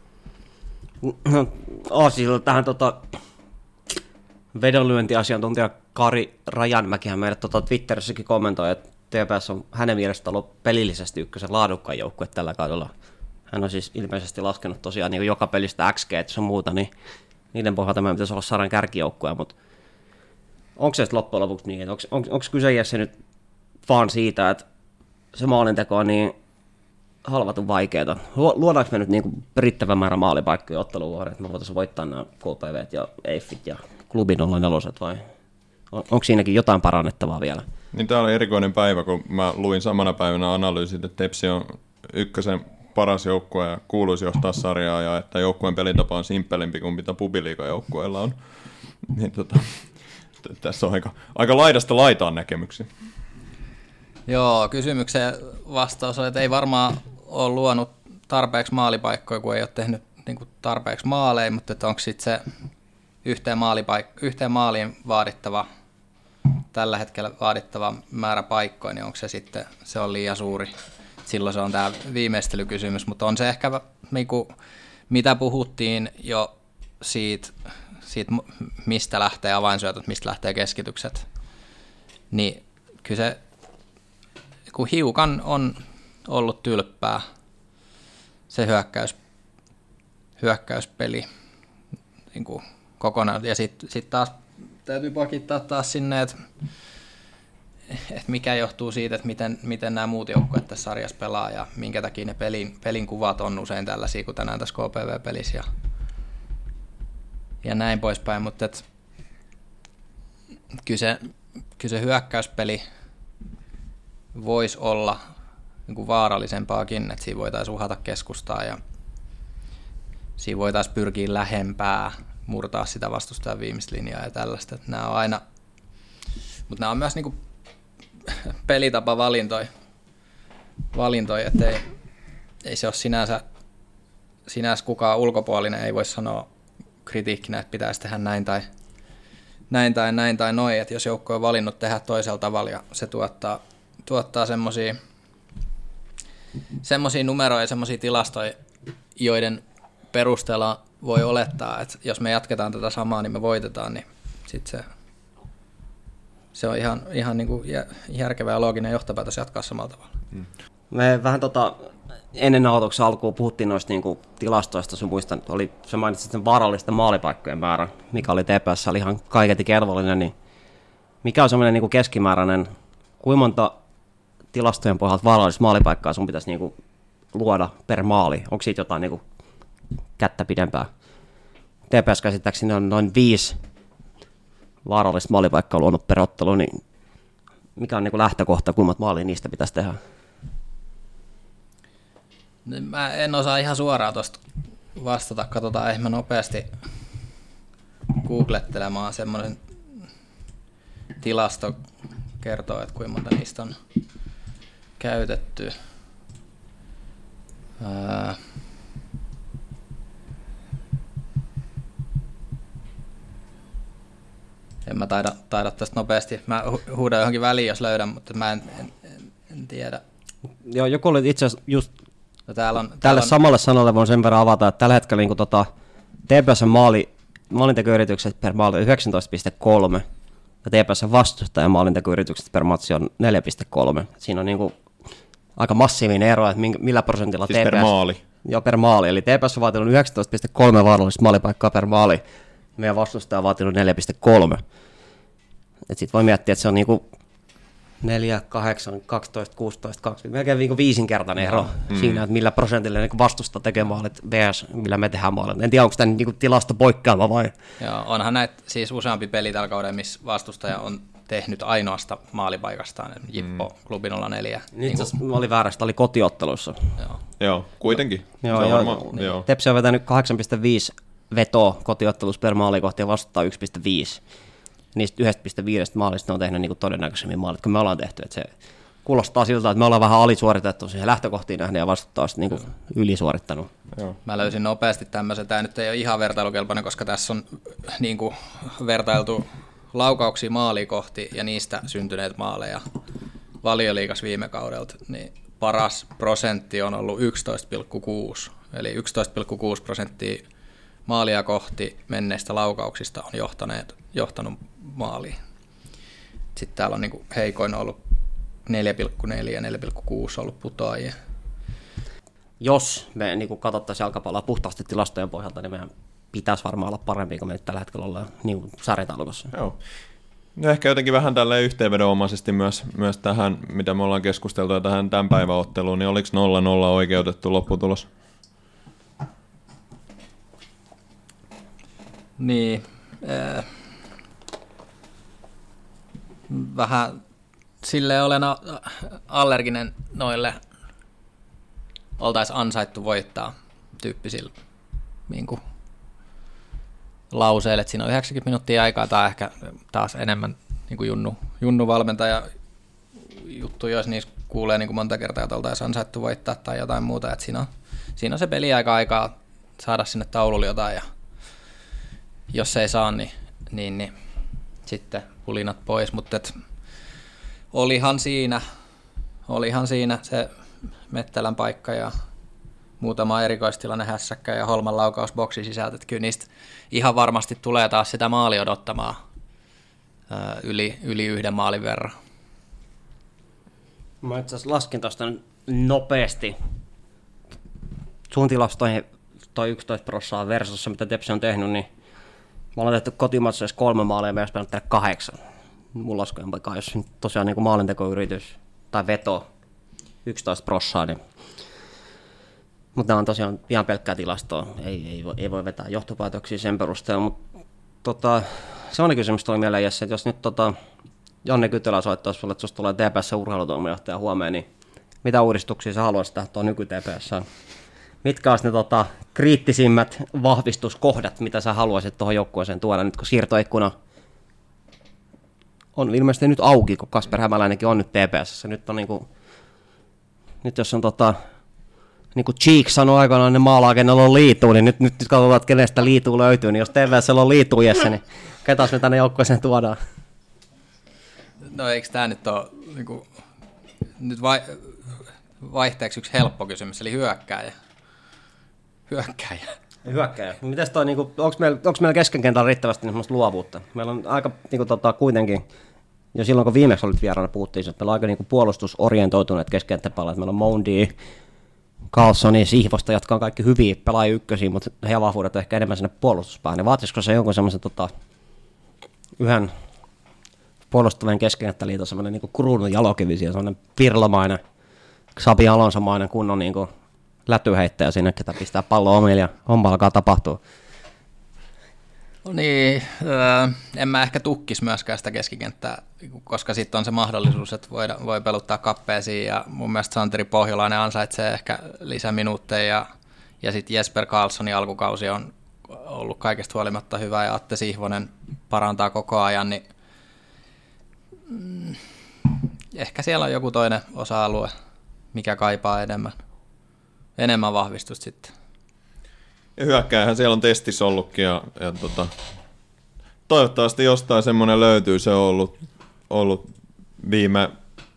Aasilla tähän tota, vedonlyöntiasiantuntija Kari Rajanmäkihän meille tota, Twitterissäkin kommentoi, että T P S on hänen mielestä ollut pelillisesti ykkösen laadukkaan joukkue tällä kaudella. Hän on siis ilmeisesti laskenut tosiaan niin joka pelistä X G ja muuta, niin niiden pohjalta meidän pitäisi olla sarjan kärkijoukkoja, mutta onko se loppujen lopuksi niin, että onko, onko, onko kyse Jesse nyt vaan siitä, että se maalinteko on niin halvatun vaikeaa? Luodaanko me nyt niin riittävän määrä maalipaikkoja otteluvuoden, että me voitaisiin voittaa nämä K P V:t ja Eiffit ja klubin nolla neloset vai on, onko siinäkin jotain parannettavaa vielä? Niin tämä oli erikoinen päivä, kun mä luin samana päivänä analyysit, että Tepsi on ykkösen paras joukkue ja kuuluisi johtaa sarjaa ja että joukkueen pelitapa on simppelimpi kuin mitä pubiliigajoukkueilla on. Niin tota, t- tässä on aika, aika laidasta laitaan näkemyksiä. Joo, kysymykseen vastaus on, että ei varmaan ole luonut tarpeeksi maalipaikkoja, kun ei ole tehnyt niin kuin tarpeeksi maaleja, mutta että onko sitten se yhteen, maalipaik- yhteen maaliin vaadittava, tällä hetkellä vaadittava määrä paikkoja, niin onko se sitten, se on liian suuri. Silloin se on tämä viimeistelykysymys, mutta on se ehkä, niin kuin, mitä puhuttiin jo siitä, siitä, mistä lähtee avainsyötöt, mistä lähtee keskitykset, niin kyllä se kun hiukan on ollut tylppää se hyökkäys, hyökkäyspeli niin kuin kokonaan. Ja sitten sit taas täytyy pakittaa taas sinne, että et mikä johtuu siitä, että miten, miten nämä muut joukkueet tässä sarjassa pelaa ja minkä takia ne pelin, pelin kuvat on usein tällaisia kuin tänään tässä K P V-pelissä ja, ja näin poispäin. Mutta kyllä se, kyllä se hyökkäyspeli voisi olla niin kuin vaarallisempaakin, että siinä voitaisiin uhata keskustaa ja siinä voitaisiin pyrkiä lähempää, murtaa sitä vastustajan viimeistä linjaa ja tällaista. Että nämä on aina, mutta nämä on myös niin kuin pelitapa valintoja, valintoja että ei, ei se ole sinänsä, sinänsä kukaan ulkopuolinen ei voi sanoa kritiikkinä, että pitäisi tehdä näin tai näin tai näin tai noin, että jos joukko on valinnut tehdä toisella tavalla ja se tuottaa tuottaa semmoisia semmoisia numeroja ja semmoisia tilastoja, joiden perusteella voi olettaa, että jos me jatketaan tätä samaa, niin me voitetaan, niin sitten se, se on ihan, ihan niin kuin järkevä ja looginen johtopäätös jatkaa samalla tavalla. Hmm. Me vähän tota, ennen aloituksen alkuun puhuttiin noista niin kuin tilastoista, sun muistan, oli, sä mainitsit sen vaarallisten maalipaikkojen määrä, mikä oli T P S, oli ihan kaiketi kelvollinen, niin mikä on semmoinen niin kuin keskimääräinen, kuinka monta tilastojen pohjalta vaarallista maalipaikkaa sun pitäisi niinku luoda per maali? Onko siitä jotain niinku kättä pidempää? T P S käsittääkseni on noin viisi vaarallista maalipaikkaa luonut per ottelu, niin mikä on niinku lähtökohta, kuinka maalia niistä pitäisi tehdä? Mä en osaa ihan suoraan tuosta vastata. Katsotaan, ehkä mä nopeasti googlettelemaan semmoinen tilasto kertoo, että kuinka monta niistä on käytetty. Ää... En mä taida, taida tästä nopeasti. Mä huudan johonkin väliin, jos löydän, mutta mä en, en, en, en tiedä. Joo, joku oli itse asiassa just no, täällä on, tälle täällä on... samalle sanalle voin sen verran avata, että tällä hetkellä niin tota, T P S:n maali, maalintekoyritykset per maali on yhdeksäntoista pilkku kolme ja T P S:n vastustajan maalintekoyritykset per matsi on neljä pilkku kolme. Siinä on niin kuin aika massiivinen ero, että millä prosentilla siis T P S... per maali. Joo, per maali. Eli T P S on vaatinut yhdeksäntoista pilkku kolme vaarallista maalipaikkaa per maali. Meidän vastustaja on vaatinut neljä pilkku kolme. Sitten voi miettiä, että se on niinku neljä, kahdeksan, kaksitoista, kuusitoista, kaksikymmentä, melkein niinku viisinkertainen ero mm. siinä, että millä prosentilla niinku vastusta tekee maalit vs. millä me tehdään maalit. En tiedä, onko tämä niinku tilasta poikkeava vai? Joo, onhan näitä siis useampi peli tällä kaudella, missä vastustaja on tehnyt ainoasta maalipaikastaan, Jippo, mm. klubi nolla neljä. Nyt niin kuin... oli väärästä, oli kotiottelussa. Joo, joo kuitenkin. Joo, joo, varma, niin. joo. Tepsi on vetänyt kahdeksan pilkku viisi vetoa kotiottelussa per maalikohti ja vastustaa yksi pilkku viisi. Niistä yksi pilkku viisi maalista ne on tehnyt niin kuin todennäköisemmin maalit, kun me ollaan tehty. Että se, kuulostaa siltä, että me ollaan vähän alisuoritettu siihen lähtökohtiin nähden ja vastaavasti niin kuin ylisuorittanut. Joo. Mä löysin nopeasti tämmöisen, tämä nyt ei ole ihan vertailukelpoinen, koska tässä on niin kuin vertailtu laukauksia maalia kohti ja niistä syntyneet maaleja Valioliigassa viime kaudelta, niin paras prosentti on ollut yksitoista pilkku kuusi, eli yksitoista pilkku kuusi prosenttia maalia kohti menneistä laukauksista on johtaneet, johtanut maaliin. Sitten täällä on niin kuin heikoin ollut neljä pilkku neljä ja neljä pilkku kuusi ollut putoajia. Jos me niin kuin katsottaisiin jalkapalloa puhtaasti tilastojen pohjalta, niin meidän pitäisi varmaan olla parempi, kun me nyt tällä hetkellä ollaan niin sarjataulukossa. Joo. No ehkä jotenkin vähän tälleen yhteenvedonomaisesti myös, myös tähän, mitä me ollaan keskusteltu ja tähän tämän päivän otteluun, niin oliko nolla nolla oikeutettu lopputulos? Niin. Äh, vähän silleen olen a- allerginen noille oltaisiin ansaittu voittaa tyyppisillä niin kuin lauseille, että siinä on yhdeksänkymmentä minuuttia aikaa tai ehkä taas enemmän niin kuin junnu, junnu valmentaja juttuja, jos niissä kuulee niin kuin monta kertaa, että oltaisiin ansaittu voittaa tai jotain muuta, että siinä on, siinä on se peliaika aikaa saada sinne taululle jotain ja jos ei saa, niin, niin, niin sitten pulinat pois, mutta et, olihan siinä, olihan siinä se Mettälän paikka ja muutama erikoistilanne hässäkkä ja Holman laukaus boksi sisältä, että kyllä niistä ihan varmasti tulee taas sitä maali odottamaan ää, yli, yli yhden maalin verran. Mä itse asiassa laskin tuosta nopeasti sun tilastoihin toi yksitoista prosenttia versossa, mitä Tepsi on tehnyt, niin me ollaan tehty kotimaassa kolme maalia ja meidän pitänyt tehdä kahdeksan. Mun laskujen paikkaa, jos tosiaan niin maalintekoyritys tai veto yksitoista prosenttia, niin mutta nämä on tosiaan ihan pelkkää tilastoa, ei, ei, voi, ei voi vetää johtopäätöksiä sen perusteella, mutta tota, sellainen kysymys tuli mieleen, Jesse, että jos nyt tota, Janne Kytölä soittaisi sulle, että susta tulee T P S-urheilutoimijohtaja huomenna, niin mitä uudistuksia sä haluaisit tehdä tuon nyky-T P S? Mitkä olisi ne tota, kriittisimmät vahvistuskohdat, mitä sä haluaisit tuohon joukkueeseen tuoda nyt, kun siirtoikkuna on ilmeisesti nyt auki, kun Kasper Hämäläinenkin on nyt T P S. Nyt on niinku, nyt jos on tota, niin kuin Cheek sanoi aikanaan, ne maalaa, kenellä on liituu, niin nyt, nyt, nyt katsotaan, että kenestä liituu löytyy, niin jos T V S:llä on liituu, Jesse, niin ketäs me tänne joukkueeseen tuodaan? No eikö tämä nyt ole niin kuin, nyt vai, vaihteeksi yksi helppo kysymys, eli hyökkääjä. Hyökkääjä. Hyökkääjä. Mites toi, niin onko meillä, meillä keskenkentällä riittävästi niin luovuutta? Meillä on aika niin kuin, tota, kuitenkin, jo silloin kun viimeksi olit vieraana, puhuttiin, että meillä on aika niin kuin, puolustusorientoituneet keskenttäpalvelut. Meillä on Moundia, Carlsoni, Sihvosta, jotka on kaikki hyviä pelaajia ykkösiä, mutta heidän vahvuudet on ehkä enemmän sinne puolustuspäähän. Niin vaatisiko se jonkun semmoisen tota, yhden puolustavien keskenkenttäliiton semmoinen niin kruunun jalokivisi ja semmoinen pirlomainen, Xabi Alonso-mainen kunnon niin kuin lätyheittäjä sinne, ketä pistää pallo omille ja homma alkaa tapahtua. No niin, öö, en mä ehkä tukkisi myöskään sitä keskikenttää, koska sitten on se mahdollisuus, että voida, voi peluttaa kappeisiin ja mun mielestä Santeri Pohjolainen ansaitsee ehkä lisäminuutteja ja, ja sitten Jesper Karlssonin alkukausi on ollut kaikesta huolimatta hyvä ja Atte Sihvonen parantaa koko ajan, niin mm, ehkä siellä on joku toinen osa-alue, mikä kaipaa enemmän, enemmän vahvistusta sitten. Ja hyökkäähän siellä on testissä ollutkin ja, ja tota, toivottavasti jostain semmoinen löytyy. Se on ollut, ollut viime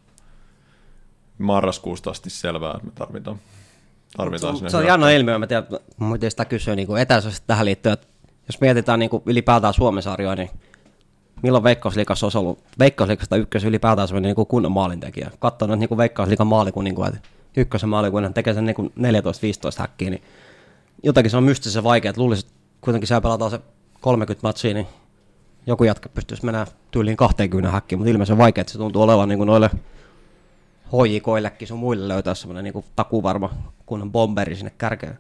marraskuusta asti selvää, että me tarvitaan, tarvitaan se on, se on jännä ilmiö, mä tiedän, mutta sitä kysyä niin etäisesti tähän liittyen, että jos mietitään niin kuin ylipäätään Suomen sarjoja, niin milloin Veikkausliigassa olisi ollut Veikkausliigasta ykkösen ylipäätään semmoinen niin kunnon maalintekijä. Katsotaan nyt niin Veikkausliigan maalikunnin, niin kuin, että ykkösen maalikunnan tekee sen niin neljätoista viisitoista häkkiä, niin jotakin se on mystisen vaikea, että luulisin, että kuitenkin siellä pelataan se kolmekymmentä matsia, niin joku jatka pystyisi mennä tyyliin kaksikymmentä häkkiin, mutta ilmeisesti on vaikea, että se tuntuu olevan niin kuin noille hoijikoillekin sun muille löytää semmoinen niin kuin takuvarma kunnon bomberi sinne kärkeen.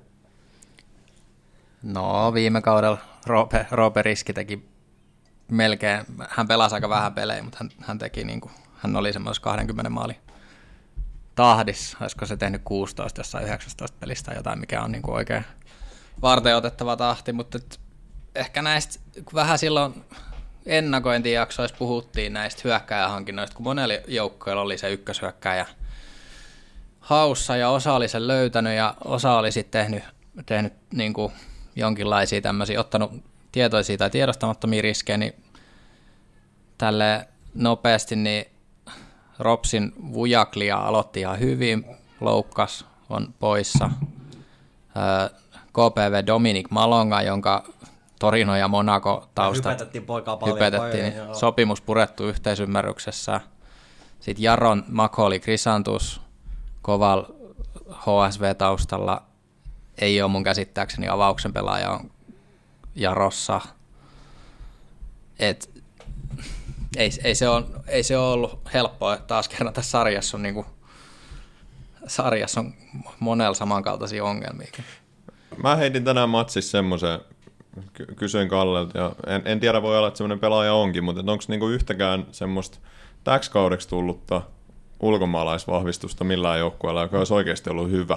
No viime kaudella Roope, Roope Riski teki melkein, hän pelasi aika vähän pelejä, mutta hän, hän teki niin kuin, hän oli semmoisessa kaksikymmentä maali tahdissa, olisiko se tehnyt kuusitoista jossain yhdeksäntoista pelistä tai jotain, mikä on niin kuin oikein varten otettava tahti, mutta et ehkä näistä vähän silloin ennakointijaksoissa puhuttiin näistä hyökkääjähankinnoista, kun monella joukkueella oli se ykköshyökkääjä haussa ja osa oli sen löytänyt ja osa oli sitten tehnyt, tehnyt niin kuin jonkinlaisia tämmöisiä, ottanut tietoisia tai tiedostamattomia riskejä, niin tälle nopeasti niin Ropsin Vujaklia aloitti ihan hyvin, loukkas, on poissa. K P V Dominic Malonga, jonka Torino ja Monaco taustat hypetettiin poikaa paljon. hypetettiin, paljon, sopimus purettu yhteisymmärryksessä. Sitten Jaron Makoli Krisantus, Koval H S V-taustalla, ei ole mun käsittääkseni avauksen pelaaja on Jarossa. Et, ei, ei, se on, ei se ole ollut helppoa, että taas kerran tässä sarjassa on, niinku, sarjassa on monella samankaltaisia ongelmia. Mä heitin tänään matsissa semmoisen, ky- kysyin Kallelta, ja en, en tiedä, voi olla, että semmoinen pelaaja onkin, mutta onko niinku yhtäkään semmoista täksi kaudeksi tullutta ulkomaalaisvahvistusta millään joukkueella, joka olisi oikeasti ollut hyvä?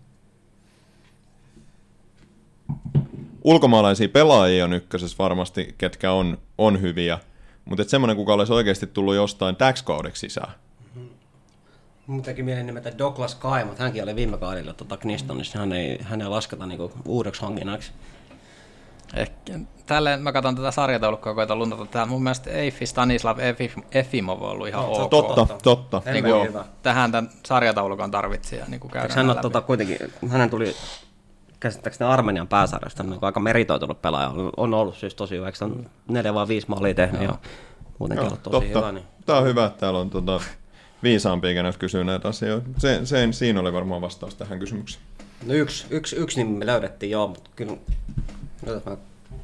Ulkomaalaisia pelaajia on ykkösessä varmasti, ketkä on, on hyviä, mutta semmoinen, kuka olisi oikeasti tullut jostain täksi kaudeksi sisään. Mun teki mieli nimetä Douglas Kai, mutta hänkin oli viime kaudella tuota Knistonissa, hän ei, hän ei lasketa niinku uudeksi hankinnaksi. Ehkä, tälleen mä katson tätä sarjataulukkoa, koitan luntata tähän. Mun mielestä Eifi Stanislav Efimov on ollut ihan No, ok. Totta, totta. Niin Joo. hyvä. Tähän tämän sarjataulukon tarvitsi ja niin käydään Hän on läpi. tota, kuitenkin, hänen tuli käsittääkseni Armenian pääsarjasta, niin aika meritoitunut pelaaja, on, on ollut siis tosi hyvä, eikö hän neljä vai viisi maalia tehnyt ja muutenkin Joo, ollut tosi totta. hyvä. Niin. Tämä on hyvä, että täällä on tota, viisaampia, kenet kysyy näitä asioita. Se, se, siinä oli varmaan vastaus tähän kysymykseen. No yksi, yksi, yksi nimi me löydettiin, joo, mutta kyllä... Mä...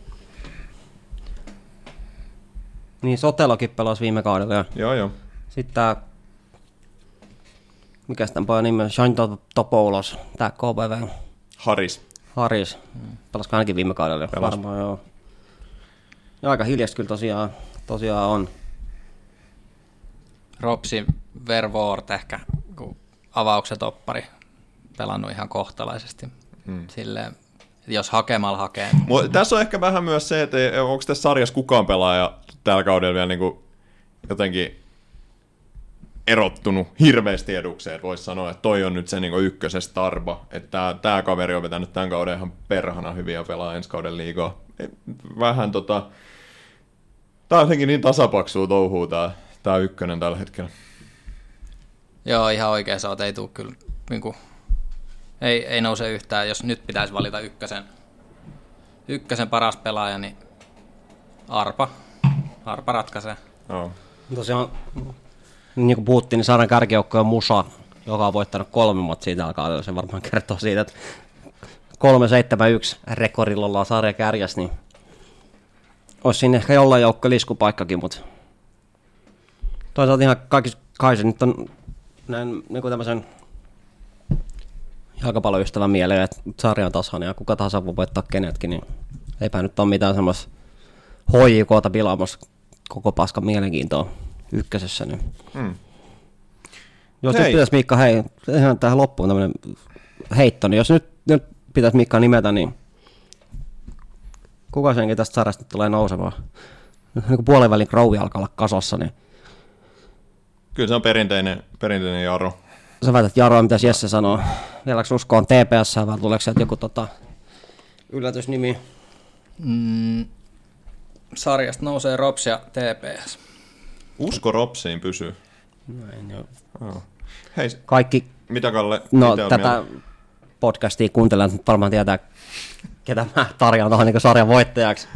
Niin, Sotelokin pelasi viime kaudella ja Joo, joo. sitten tää... Mikäs tämän pojan nimi on? Shanto Topoulos, tää K P V. Haris. Haris. Pelasi ainakin viime kaudella jo. Pelas. Varmaan, joo. Ja aika hiljasta kyllä tosiaan, tosiaan on. Ropsi Vervoort ehkä, kun avauksen toppari, pelannut ihan kohtalaisesti. Hmm. Silleen, jos hakemalla hakee. Mut tässä on ehkä vähän myös se, että onko tässä sarjassa kukaan pelaaja tällä kaudella vielä niinku jotenkin erottunut hirveästi edukseen, että voisi sanoa, että toi on nyt se niinku ykkösessä tarba, että tämä kaveri on vetänyt tämän kauden ihan perhana hyviä pelaa ensi kauden liigaa. Vähän tota, tää on jotenkin niin tasapaksua touhuu tää, tää ykkönen tällä hetkellä. Joo, ihan oikein sä oot, ei tuu kyllä, niin kuin, ei, ei nouse yhtään, jos nyt pitäisi valita ykkösen, ykkösen paras pelaaja, niin Arpa, Arpa ratkaisee. Joo. Tosiaan, niin kuin puhuttiin, niin sarjan kärkijoukko on Musa, joka on voittanut kolme matsia tällä kaudella. Se varmaan kertoo siitä, että kolme seitsemän yksi rekordilla ollaan sarjan kärjässä, niin olisi siinä ehkä jollain joukko liskupaikkakin, mutta toisaalta ihan kaikki kai se nyt on näin niin kuin tämmöisen jalkapalloystävän mieleen, että sarja on tasainen ja kuka tahansa voi voittaa kenetkin, niin eipä nyt ole mitään semmoista H J K:ta pilaamassa koko paskan mielenkiintoa ykkösessä. Niin. Hmm. Jos hei. Nyt pitäisi Miikka, hei, ihan tähän loppuun tämmöinen heitto, niin jos nyt, nyt pitäisi Miikka nimetä, niin kuka senkin tästä sarjasta tulee nousemaan? Niin kuin puolen välin Crowe alkaa olla kasassa, niin Kyllä se on perinteinen, perinteinen Jaro. sä väität Jaroa, mitä Jesse sanoo. Vieläks uskoon T P S, vai tuleeko sieltä joku tota, yllätysnimi? Mm, sarjasta nousee Rops ja T P S. Usko Ropsiin pysyy. Näin, joo. Oh. Hei, Kaikki, mitä Kalle? no mitä on tätä mieltä? podcastia kuuntelemaan, nyt varmaan tietää, ketä mä tarjoan tuohon niin sarjan voittajaksi.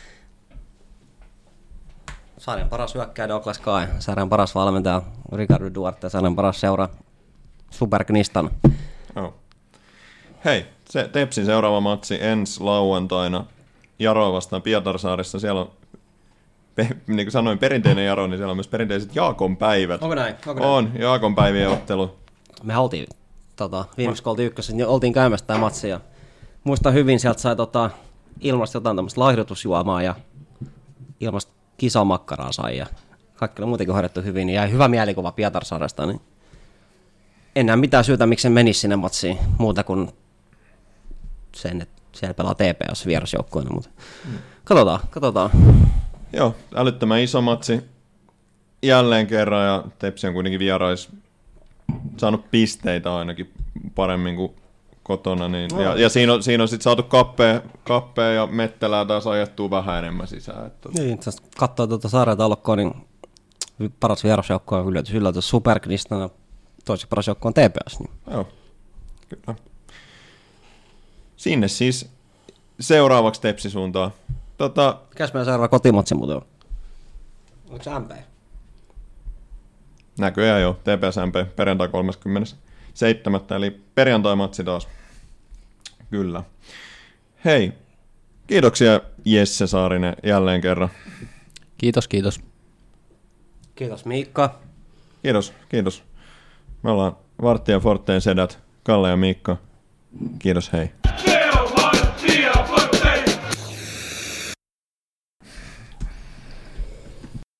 Sarjan paras hyökkääjä Douglas Kai, sarjan paras valmentaja Ricardo Duarte, sarjan paras seura Super Kniston. Oh. Hei, se Tepsin seuraava matsi ensi lauantaina Jaroa vastaan Pietarsaarissa. Siellä on, pe- niin kuin sanoin, perinteinen Jaro, niin siellä on myös perinteiset Jaakon päivät. Onko näin? Onko näin? On, Jaakon päivien ottelu. Me oltiin, tota, viimeksi kun oltiin ykkössä, niin oltiin käymässä tämä matsi ja muistan hyvin, sieltä sai tota, ilmasta jotain tämmöistä laihdutusjuomaa ja ilmasta kisamakkaraa sai ja kaikki oli muutenkin hoidettu hyvin, niin jäi hyvä mielikuva Pietarsaaresta, niin en näe mitään syytä, miksi se menisi sinne matsiin, muuta kuin sen, että siellä pelaa T P S vierasjoukkueena, mutta mm. katsotaan, katsotaan. Joo, älyttömän iso matsi jälleen kerran ja Tepsi on kuitenkin vierais saanut pisteitä ainakin paremmin kuin kotona. Niin, No. ja, ja siinä on, siinä on sitten saatu kappea, kappea ja Mettelää taas ajettua vähän enemmän sisään. Että... Niin, jos katsoo tuota sarjataulukkoa, niin paras vierasjoukko on yllätys, yllätys Superknistana, toiseksi paras joukko on T P S. Niin. Joo, kyllä. Sinne siis seuraavaksi Tepsi suuntaan. Tota, Mikäs meidän seuraava kotimatsi muuten on? Onko se M P? näköjään jo, T P S M P, perjantai kolmaskymmenesseitsemäs eli perjantai-matsi taas. Kyllä. Hei, kiitoksia Jesse Saarinen jälleen kerran. Kiitos, kiitos. Kiitos Miikka. Kiitos, kiitos. Me ollaan Vartti ja Forteen sedät, Kalle ja Miikka. Kiitos, hei.